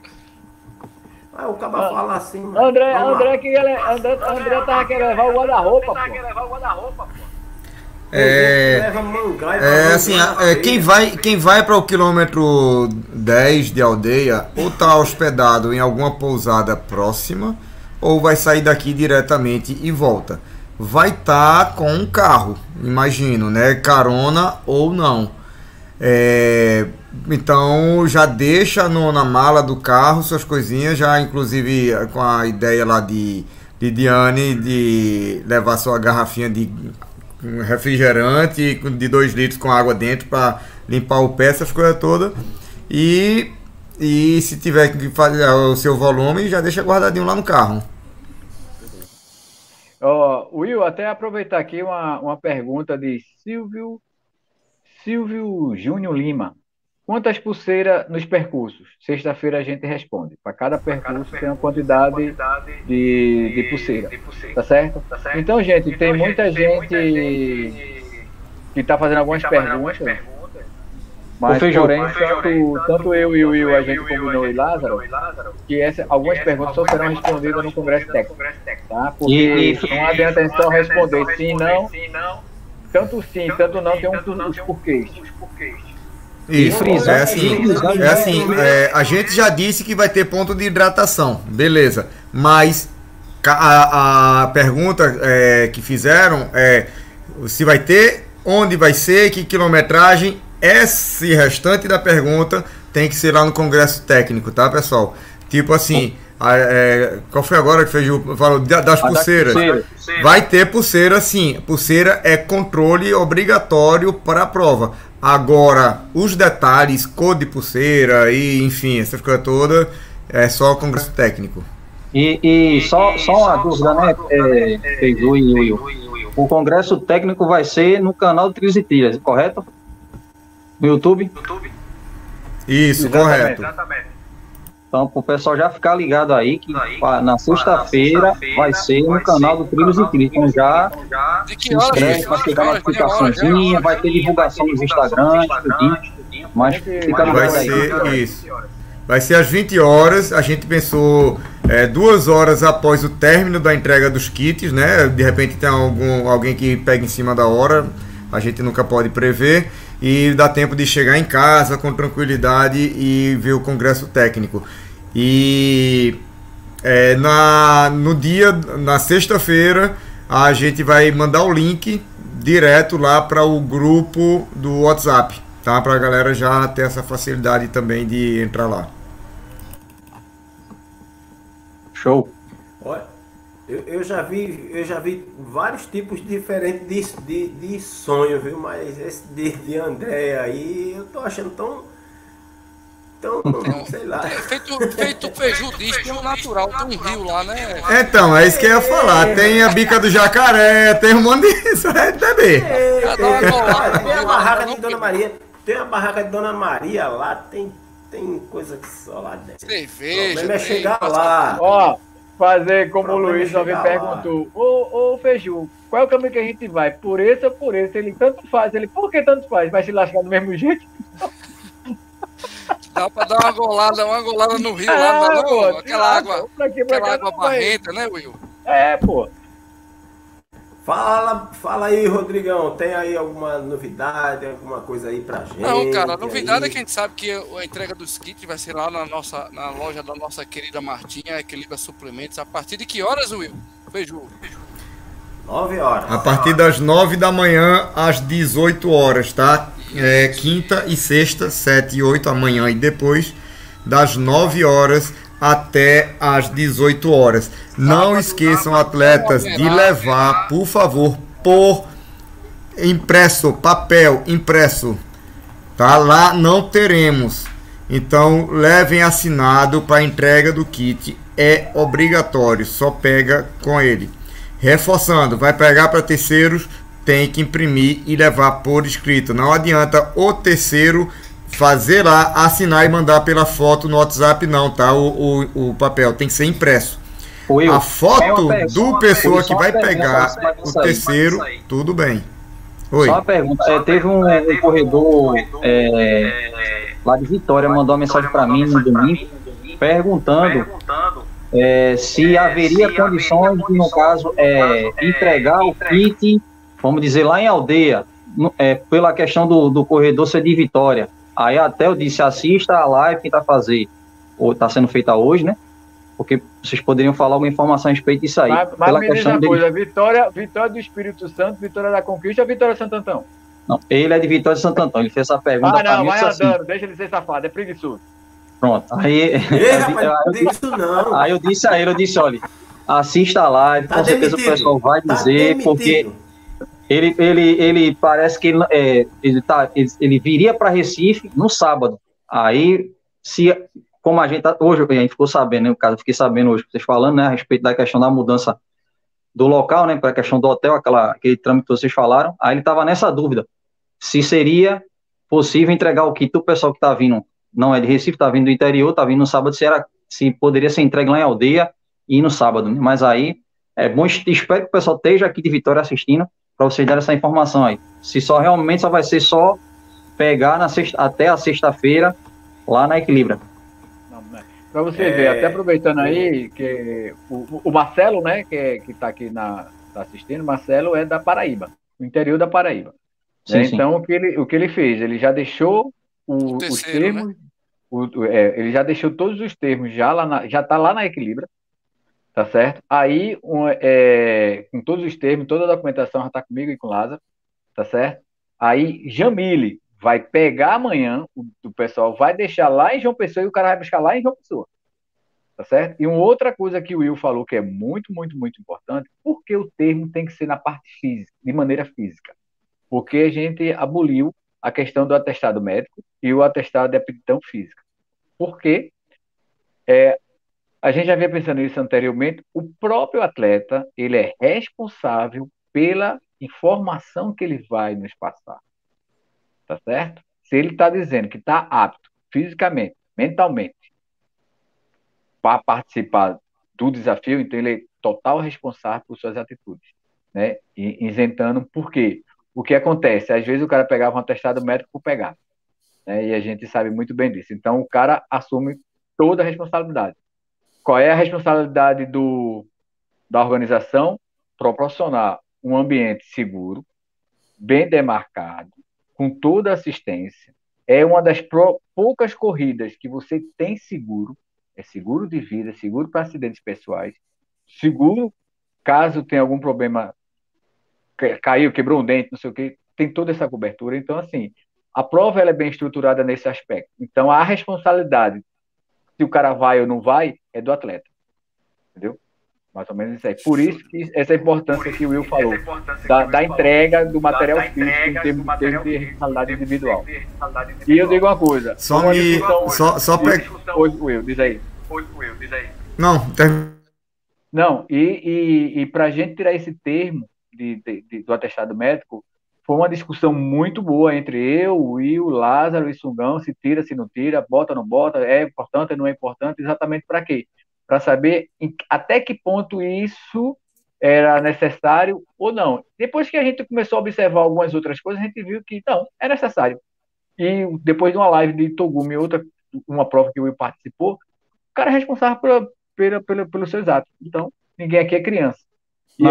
o cara fala assim. André tava querendo levar o guarda-roupa, pô. Leva mangaio Assim, quem vai para o quilômetro 10 de aldeia, ou tá hospedado em alguma pousada próxima, ou vai sair daqui diretamente e volta. Vai estar com um carro, imagino, né? Carona ou não. Então já deixa na mala do carro suas coisinhas, já inclusive com a ideia lá de Diane de levar sua garrafinha de refrigerante de 2 litros com água dentro para limpar o pé, essas coisas todas. E se tiver que fazer o seu volume, já deixa guardadinho lá no carro. Will, até aproveitar aqui uma pergunta de Silvio Júnior Lima. Quantas pulseiras nos percursos? Sexta-feira a gente responde. Para cada percurso tem uma quantidade de pulseira. Tá certo? Então, gente, tem muita gente que está fazendo algumas perguntas. Mas, porém, tanto eu e o Will, a gente combinou e Lázaro, que algumas perguntas só serão respondidas no Congresso Técnico. Tá? Porque não adianta a gente só responder sim, não. Tanto sim, tanto não, tem os porquês. Isso, a gente já disse que vai ter ponto de hidratação, beleza, mas a pergunta que fizeram é se vai ter, onde vai ser, que quilometragem. Esse restante da pergunta tem que ser lá no Congresso Técnico, tá, pessoal? Tipo assim, qual foi agora que falou das pulseiras? Vai ter pulseira, sim. Pulseira é controle obrigatório para a prova. Agora, os detalhes, cor de pulseira e, enfim, essas coisas todas, é só o Congresso Técnico. E só uma dúvida, né, Pedro e Will? O Congresso Técnico vai ser no canal do Trilhos e Trilhas, correto? No YouTube? Isso, exatamente. Correto. Então, para o pessoal já ficar ligado aí, que na sexta-feira vai ser no canal do Trilhos e Trilhas. Então já se inscreve para chegar uma notificaçãozinha, vai ter divulgação nos Instagrams, tudinho. Mas fica ligado aí. Isso. Vai ser às 20 horas. A gente pensou 2 horas após o término da entrega dos kits, né? De repente tem alguém que pega em cima da hora. A gente nunca pode prever. E dá tempo de chegar em casa com tranquilidade e ver o Congresso Técnico. E na sexta-feira a gente vai mandar o link direto lá para o grupo do WhatsApp, tá? Para a galera já ter essa facilidade também de entrar lá. Show. Olha, eu já vi vários tipos diferentes de sonho, viu? Mas esse de André aí, eu tô achando tão sei lá. Feito Feiju diz, tem um natural, tem um rio lá, né? Então, é isso que eu ia falar. Tem a bica do jacaré, tem um monte disso, bebê. Tem a barraca de Dona Maria. Tem a barraca de Dona Maria lá, tem coisa que só lá dentro. Cerveja. O problema é chegar lá. Ó, fazer como o Luiz já me perguntou. Ô Feiju, qual é o caminho que a gente vai? Por esse ou por esse? Ele tanto faz. Ele, por que tanto faz? Vai se lascar do mesmo jeito? Dá pra dar uma golada no rio lá, não, pô, aquela água barrenta, né, Will? Pô. Fala aí, Rodrigão, tem aí alguma novidade, alguma coisa aí pra gente? Não, cara, a novidade é que a gente sabe que a entrega dos kits vai ser lá na loja da nossa querida Martinha, Equilibra Suplementos. A partir de que horas, Will? Feiju. 9 horas. A partir das 9 da manhã às 18 horas, tá? Quinta e sexta, 7 e 8 amanhã e depois, das 9 horas até às 18 horas. Não esqueçam, atletas, de levar, por favor, por impresso, papel impresso. Tá? Lá não teremos. Então, levem assinado para entrega do kit. É obrigatório, só pega com ele. Reforçando, vai pegar para terceiros, tem que imprimir e levar por escrito. Não adianta o terceiro fazer lá, assinar e mandar pela foto no WhatsApp, não, tá? O papel tem que ser impresso. A foto do pessoa que vai pegar o terceiro, tudo bem. Oi. Só uma pergunta, teve um corredor lá de Vitória, mandou uma mensagem para mim no domingo, perguntando se haveria condições de, no caso, entregar o kit, vamos dizer, lá em Aldeia, pela questão do corredor ser de Vitória. Aí até eu disse, assista a live que está sendo feita hoje, né? Porque vocês poderiam falar alguma informação a respeito disso aí. Mas me diz uma coisa, Vitória do Espírito Santo, Vitória da Conquista ou Vitória de Santo Antão? Não, ele é de Vitória de Santo Antão, ele fez essa pergunta para mim. Vai andando, deixa ele ser safado, é preguiçoso. Pronto, aí eu disse a ele, olha, assista a live, com certeza o pessoal vai dizer, porque ele parece que ele viria para Recife no sábado. Aí, como a gente hoje a gente ficou sabendo, né, no caso, eu fiquei sabendo hoje, vocês falando, né, a respeito da questão da mudança do local, né, para a questão do hotel, aquele trâmite que vocês falaram, aí ele estava nessa dúvida, se seria possível entregar o kit do pessoal que está vindo, não é de Recife, está vindo do interior, está vindo no sábado, se poderia ser entregue lá em Aldeia e no sábado, né? Mas aí, é bom, espero que o pessoal esteja aqui de Vitória assistindo, para vocês darem essa informação aí, se realmente só vai ser só pegar até a sexta-feira, lá na Equilibra. Para você ver, até aproveitando aí, que o Marcelo, né, que está aqui tá assistindo, Marcelo é da Paraíba, do interior da Paraíba. Sim, então, o que ele fez? Ele já deixou os termos, né? Ele já deixou todos os termos, já está lá na Equilibra, tá certo? Aí, com todos os termos, toda a documentação já está comigo e com o Lázaro, tá certo? Aí, Jamile vai pegar amanhã, o pessoal vai deixar lá em João Pessoa e o cara vai buscar lá em João Pessoa. Tá certo? E uma outra coisa que o Will falou que é muito, muito, muito importante, porque o termo tem que ser na parte física, de maneira física. Porque a gente aboliu a questão do atestado médico e o atestado de aptidão física. Porque a gente já vinha pensando nisso anteriormente, o próprio atleta, ele é responsável pela informação que ele vai nos passar. Tá certo? Se ele está dizendo que está apto fisicamente, mentalmente, para participar do desafio, então ele é total responsável por suas atitudes, né? E isentando, por quê? O que acontece? Às vezes o cara pegava um atestado médico por pegar, né? E a gente sabe muito bem disso. Então o cara assume toda a responsabilidade. Qual é a responsabilidade da organização? Proporcionar um ambiente seguro, bem demarcado, com toda a assistência. É uma das poucas corridas que você tem seguro, é seguro de vida, seguro para acidentes pessoais, seguro caso tenha algum problema, caiu, quebrou um dente, não sei o que, tem toda essa cobertura. Então, assim, a prova ela é bem estruturada nesse aspecto. Então, a responsabilidade, se o cara vai ou não vai, é do atleta. Entendeu? Mais ou menos isso aí. Por isso que essa importância que o Will falou, da entrega do material físico em termos de responsabilidade individual. E eu digo uma coisa. Will, diz aí. Não, e para a gente tirar esse termo do atestado médico, foi uma discussão muito boa entre eu, o Will, Lázaro e Sungão, se tira, se não tira, bota, não bota, é importante, não é importante, exatamente para quê? Para saber até que ponto isso era necessário ou não. Depois que a gente começou a observar algumas outras coisas, a gente viu que não, é necessário. E depois de uma live de Togumi, uma prova que o Will participou, o cara é responsável pelos seus atos. Então, ninguém aqui é criança. E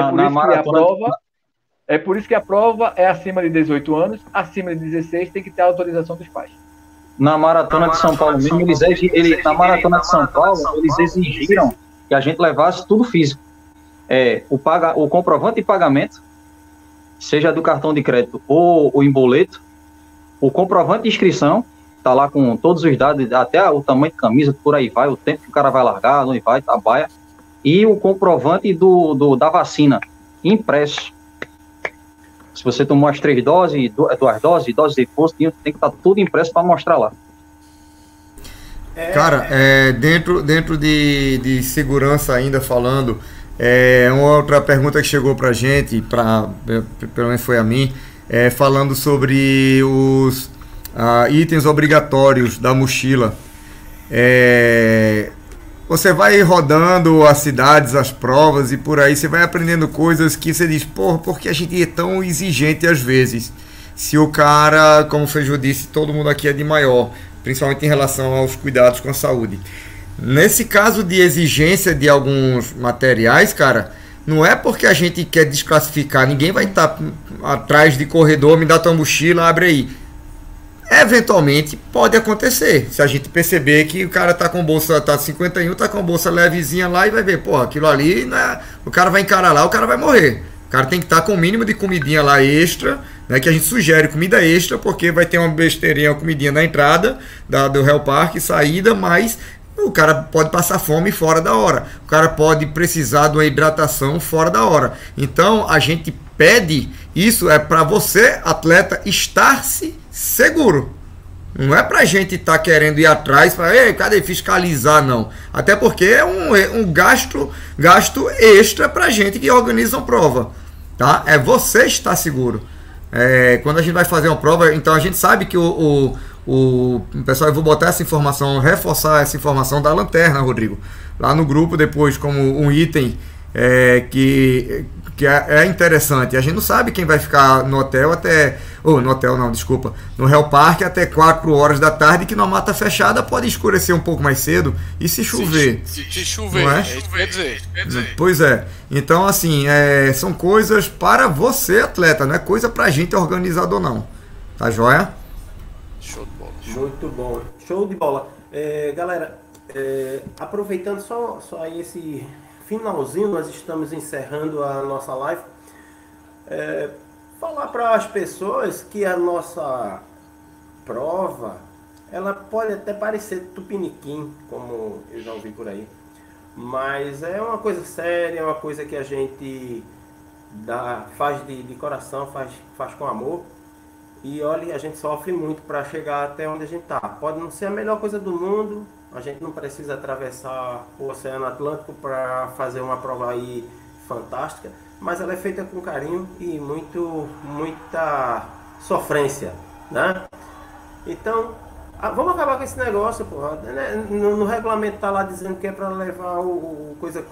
é por isso que a prova é acima de 18 anos, acima de 16 tem que ter a autorização dos pais. Na Maratona de São Paulo mesmo, na Maratona de São Paulo, eles exigiram que a gente levasse tudo físico. O comprovante de pagamento, seja do cartão de crédito ou em boleto, o comprovante de inscrição tá lá com todos os dados, até o tamanho de camisa, por aí vai, o tempo que o cara vai largar, onde vai, a baia, e o comprovante da vacina, impresso. Se você tomou as 3 doses, 2 doses de reforço, tem que estar tudo impresso para mostrar lá. Cara, dentro de segurança ainda falando, uma outra pergunta que chegou pra gente, pelo menos foi a mim, falando sobre os itens obrigatórios da mochila. Você vai rodando as cidades, as provas e por aí, você vai aprendendo coisas que você diz, porra, por que a gente é tão exigente às vezes? Se o cara, como o Feijô disse, todo mundo aqui é de maior, principalmente em relação aos cuidados com a saúde. Nesse caso de exigência de alguns materiais, cara, não é porque a gente quer desclassificar, ninguém vai estar atrás de corredor, me dá tua mochila, abre aí. Eventualmente pode acontecer, se a gente perceber que o cara tá com bolsa, tá 51, tá com bolsa levezinha lá e vai ver, pô, aquilo ali, né, o cara vai encarar lá, o cara vai morrer. O cara tem que estar com o mínimo de comidinha lá extra, né, que a gente sugere comida extra, porque vai ter uma besteirinha, uma comidinha na entrada do Hell Park, saída, mas o cara pode passar fome fora da hora. O cara pode precisar de uma hidratação fora da hora. Então, a gente pede isso para você, atleta, estar-se seguro. Não é pra gente estar querendo ir atrás para, ei, cadê fiscalizar, não. Até porque é um gasto extra pra gente que organiza uma prova, tá? É você estar seguro. Quando a gente vai fazer uma prova, então a gente sabe que pessoal, eu vou botar essa informação, reforçar essa informação da lanterna, Rodrigo, lá no grupo depois como um item que é interessante. A gente não sabe quem vai ficar no hotel no Hell Park até 4 horas da tarde, que numa mata fechada pode escurecer um pouco mais cedo e se chover. Se chover, não é? Isso quer dizer. Pois é. Então, assim, são coisas para você, atleta, não é coisa pra gente organizador, não. Tá joia? Show de bola. Muito bom. Show de bola. Galera, aproveitando só aí esse finalzinho, nós estamos encerrando a nossa live. Falar para as pessoas que a nossa prova, ela pode até parecer tupiniquim, como eu já ouvi por aí, mas é uma coisa séria, é uma coisa que a gente faz de coração, faz com amor. E olha, a gente sofre muito para chegar até onde a gente está. Pode não ser a melhor coisa do mundo, a gente não precisa atravessar o Oceano Atlântico para fazer uma prova aí fantástica, mas ela é feita com carinho e muita sofrência, né? Então, vamos acabar com esse negócio, porra. No regulamento tá lá dizendo que é para levar coisa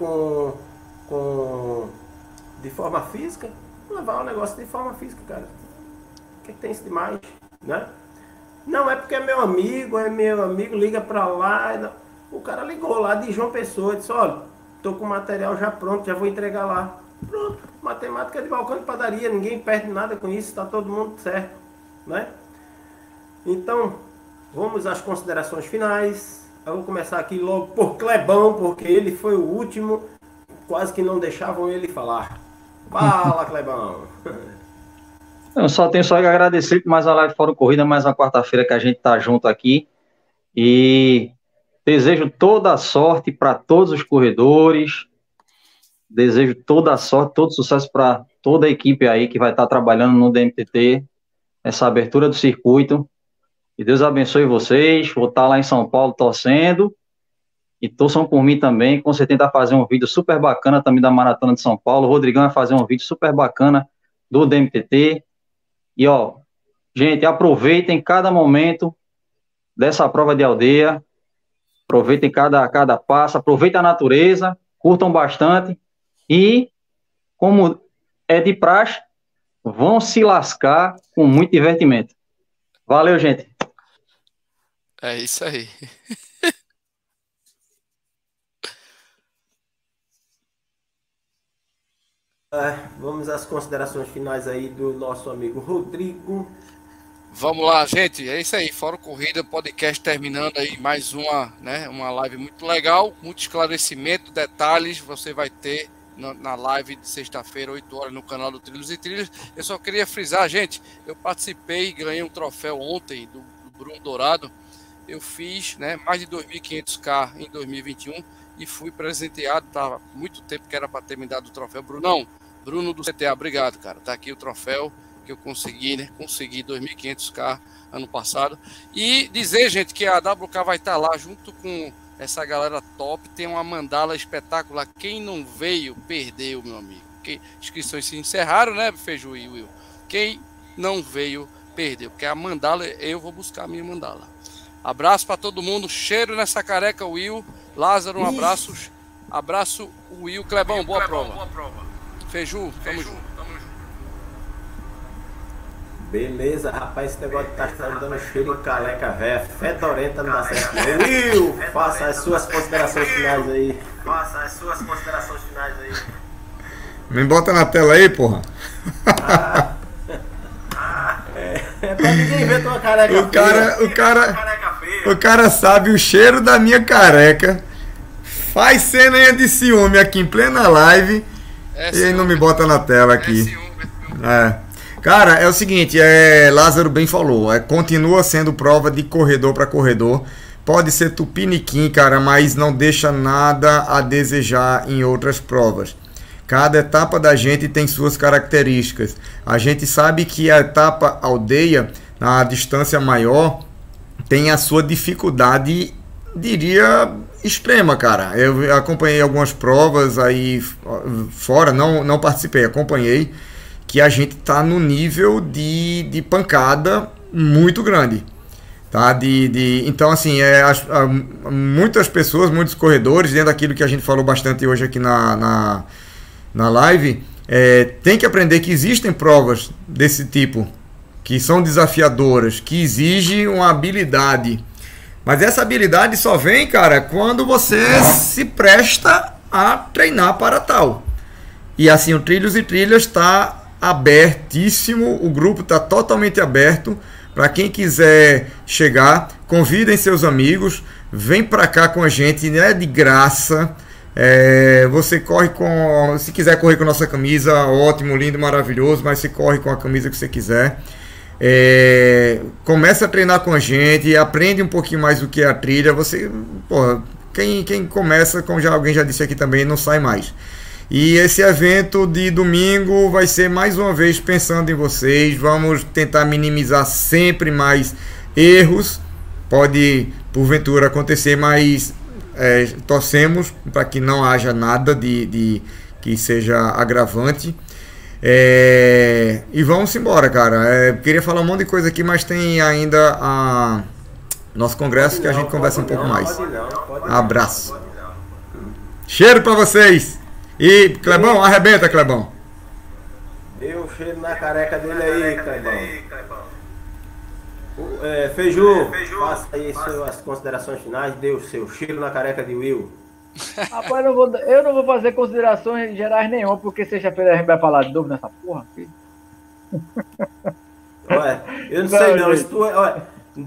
de forma física. Vamos levar o negócio de forma física, cara. O que tem isso demais, né? Não é porque é meu amigo, liga pra lá. Não. O cara ligou lá de João Pessoa, disse, olha, tô com o material já pronto, já vou entregar lá. Pronto, matemática de balcão de padaria, ninguém perde nada com isso, tá todo mundo certo, né? Então, vamos às considerações finais. Eu vou começar aqui logo por Clebão, porque ele foi o último, quase que não deixavam ele falar. Fala, Clebão! Eu só tenho que agradecer por mais uma live Fórum Corrida, mais uma quarta-feira que a gente tá junto aqui. E desejo toda a sorte para todos os corredores. Desejo toda a sorte, todo sucesso para toda a equipe aí que vai estar trabalhando no DMTT, essa abertura do circuito. Que Deus abençoe vocês. Vou estar lá em São Paulo torcendo. E torçam por mim também. Com certeza vai fazer um vídeo super bacana também da Maratona de São Paulo. O Rodrigão vai fazer um vídeo super bacana do DMTT. E, ó, gente, aproveitem cada momento dessa prova de aldeia, aproveitem cada passo, aproveitem a natureza, curtam bastante e, como é de praxe, vão se lascar com muito divertimento. Valeu, gente. É isso aí. Vamos às considerações finais aí do nosso amigo Rodrigo. Vamos lá, gente. É isso aí. Fórum Corrida, podcast terminando aí mais uma live muito legal, muito esclarecimento, detalhes. Você vai ter na live de sexta-feira, 8 horas, no canal do Trilhos e Trilhas. Eu só queria frisar, gente, eu participei e ganhei um troféu ontem do Bruno Dourado, eu fiz, né, mais de 2.500K em 2021 e fui presenteado, tá muito tempo que era para ter me dado o troféu. Bruno do CTA, obrigado, cara. Tá aqui o troféu que eu consegui, né? Consegui 2.500K ano passado. E dizer, gente, que a WK vai estar lá junto com essa galera top. Tem uma mandala espetacular. Quem não veio, perdeu, meu amigo. Inscrições se encerraram, né, Feiju e Will? Quem não veio, perdeu. Porque a mandala, eu vou buscar a minha mandala. Abraço para todo mundo. Cheiro nessa careca, Will. Lázaro, um abraço. Abraço, Will. Clebão, boa prova. Feiju, tamo junto. Beleza, rapaz, esse negócio de tá dando cheiro em careca velha, fedorenta não dá certo. Will, faça as suas considerações finais aí. Me bota na tela aí, porra. É pra ninguém ver tua careca O cara sabe o cheiro da minha careca, faz cena de ciúme aqui em plena live e aí não me bota na tela aqui. Cara, é o seguinte, Lázaro bem falou, continua sendo prova de corredor para corredor. Pode ser tupiniquim, cara, mas não deixa nada a desejar em outras provas. Cada etapa da gente tem suas características. A gente sabe que a etapa aldeia, na distância maior, tem a sua dificuldade, diria, extrema, cara. Eu acompanhei algumas provas aí fora, não participei, acompanhei, que a gente tá no nível de pancada muito grande. Tá? Então, assim, muitas pessoas, muitos corredores, dentro daquilo que a gente falou bastante hoje aqui na live, tem que aprender que existem provas desse tipo, que são desafiadoras, que exigem uma habilidade. Mas essa habilidade só vem, cara, quando você se presta a treinar para tal. E assim, o Trilhos e Trilhas está abertíssimo, o grupo está totalmente aberto para quem quiser chegar. Convidem seus amigos, vem para cá com a gente, é de graça. Você corre se quiser correr com a nossa camisa, ótimo, lindo, maravilhoso, mas você corre com a camisa que você quiser. Começa a treinar com a gente, aprende um pouquinho mais do que é a trilha. Quem começa, como alguém já disse aqui também, não sai mais. E esse evento de domingo vai ser mais uma vez pensando em vocês. Vamos tentar minimizar sempre mais erros. Pode porventura acontecer, mas torcemos para que não haja nada de que seja agravante. E vamos embora, cara. Queria falar um monte de coisa aqui, mas tem ainda nosso congresso que a gente conversa um pouco mais. Abraço. Cheiro para vocês. E Clebão, arrebenta, Clebão. Deu um cheiro na careca dele aí, Clebão. Feiju, faça aí suas considerações finais. Dê o seu cheiro na careca de Will. Rapaz, eu não vou fazer considerações gerais nenhuma, porque sexta-feira a gente vai falar de novo nessa porra, filho. Olha, eu não sei não. Olha,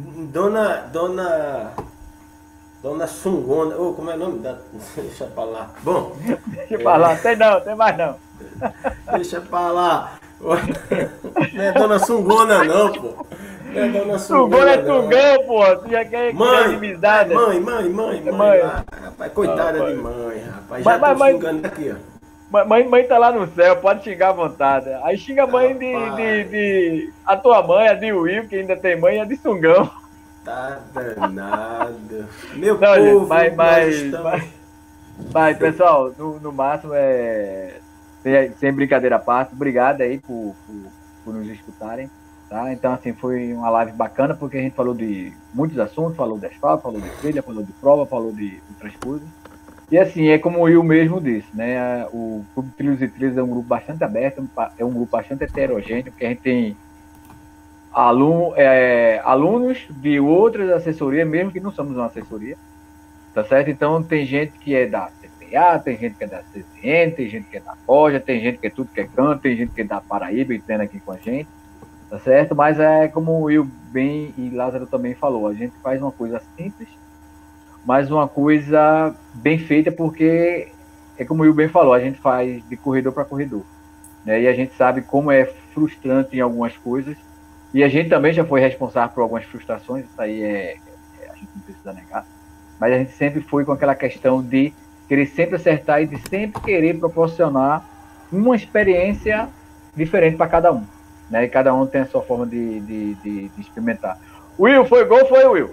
Dona Sungona, como é o nome da... Deixa pra lá. Bom. Deixa pra lá, tem mais não. Deixa pra lá. Não é Dona Sungona não, pô. Não é Dona Sungona é Tungão, pô. Tu já quer inimizade? Mãe. Rapaz, coitada de mãe, rapaz. Já tô xingando aqui, ó. Mãe tá lá no céu, pode xingar à vontade. Aí xinga a mãe a tua mãe, a de Will, que ainda tem mãe, e a de Sungão. Tá danado. Meu povo, mas pessoal, no máximo, sem brincadeira à parte, obrigado aí por nos escutarem, tá? Então, assim, foi uma live bacana, porque a gente falou de muitos assuntos, falou de asfalto, falou de trilha, falou de prova, falou de outras coisas. E assim, é como o Will mesmo disse, né? O Clube Trilhos e Trilhas é um grupo bastante aberto, é um grupo bastante heterogêneo, porque a gente tem alunos de outras assessorias, mesmo que não somos uma assessoria, tá certo? Então tem gente que é da CPA, tem gente que é da CCN, tem gente que é da Forja, tem gente que é tudo que é canto, tem gente que é da Paraíba e treina aqui com a gente, tá certo? Mas é como o Will bem e Lázaro também falou, a gente faz uma coisa simples, mas uma coisa bem feita, porque é como o Will bem falou, a gente faz de corredor para corredor, né? E a gente sabe como é frustrante em algumas coisas E a gente também já foi responsável por algumas frustrações, isso aí a gente não precisa negar. Mas a gente sempre foi com aquela questão de querer sempre acertar e de sempre querer proporcionar uma experiência diferente para cada um. Né? E cada um tem a sua forma de experimentar. Will, foi gol, foi, Will?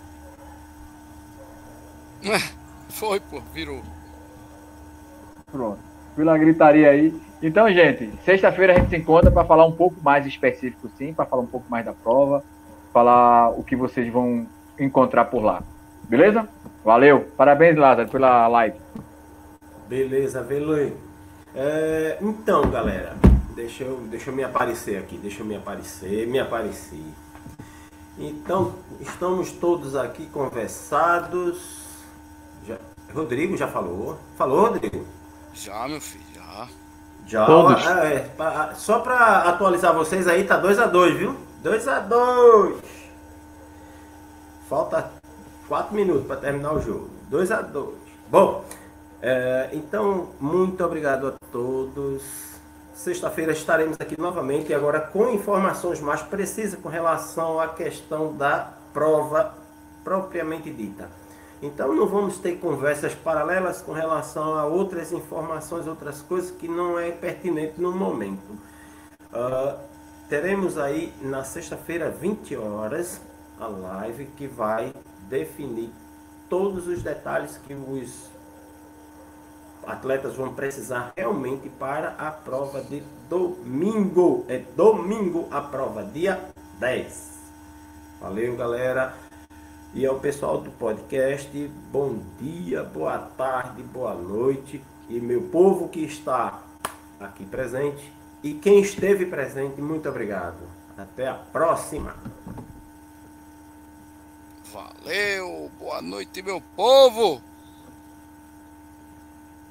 Foi, pô, virou. Pronto. Pela gritaria aí. Então, gente, sexta-feira a gente se encontra para falar um pouco mais específico, sim, para falar um pouco mais da prova, falar o que vocês vão encontrar por lá. Beleza? Valeu. Parabéns, Lázaro, pela live. Beleza, Veloy. Então, galera, deixa eu me aparecer aqui. Me apareci. Então, estamos todos aqui conversados. Rodrigo já falou. Falou, Rodrigo? Já, meu filho, já. Já. Todos. Só para atualizar vocês aí, tá 2-2, viu? 2-2. Falta 4 minutos para terminar o jogo. 2-2. Bom, então, muito obrigado a todos. Sexta-feira estaremos aqui novamente e agora com informações mais precisas com relação à questão da prova propriamente dita. Então não vamos ter conversas paralelas com relação a outras informações, outras coisas que não é pertinente no momento. Teremos aí na sexta-feira, 20 horas, a live que vai definir todos os detalhes que os atletas vão precisar realmente para a prova de domingo. É domingo a prova, dia 10. Valeu, galera. E ao pessoal do podcast, bom dia, boa tarde, boa noite. E meu povo que está aqui presente e quem esteve presente, muito obrigado. Até a próxima. Valeu, boa noite, meu povo.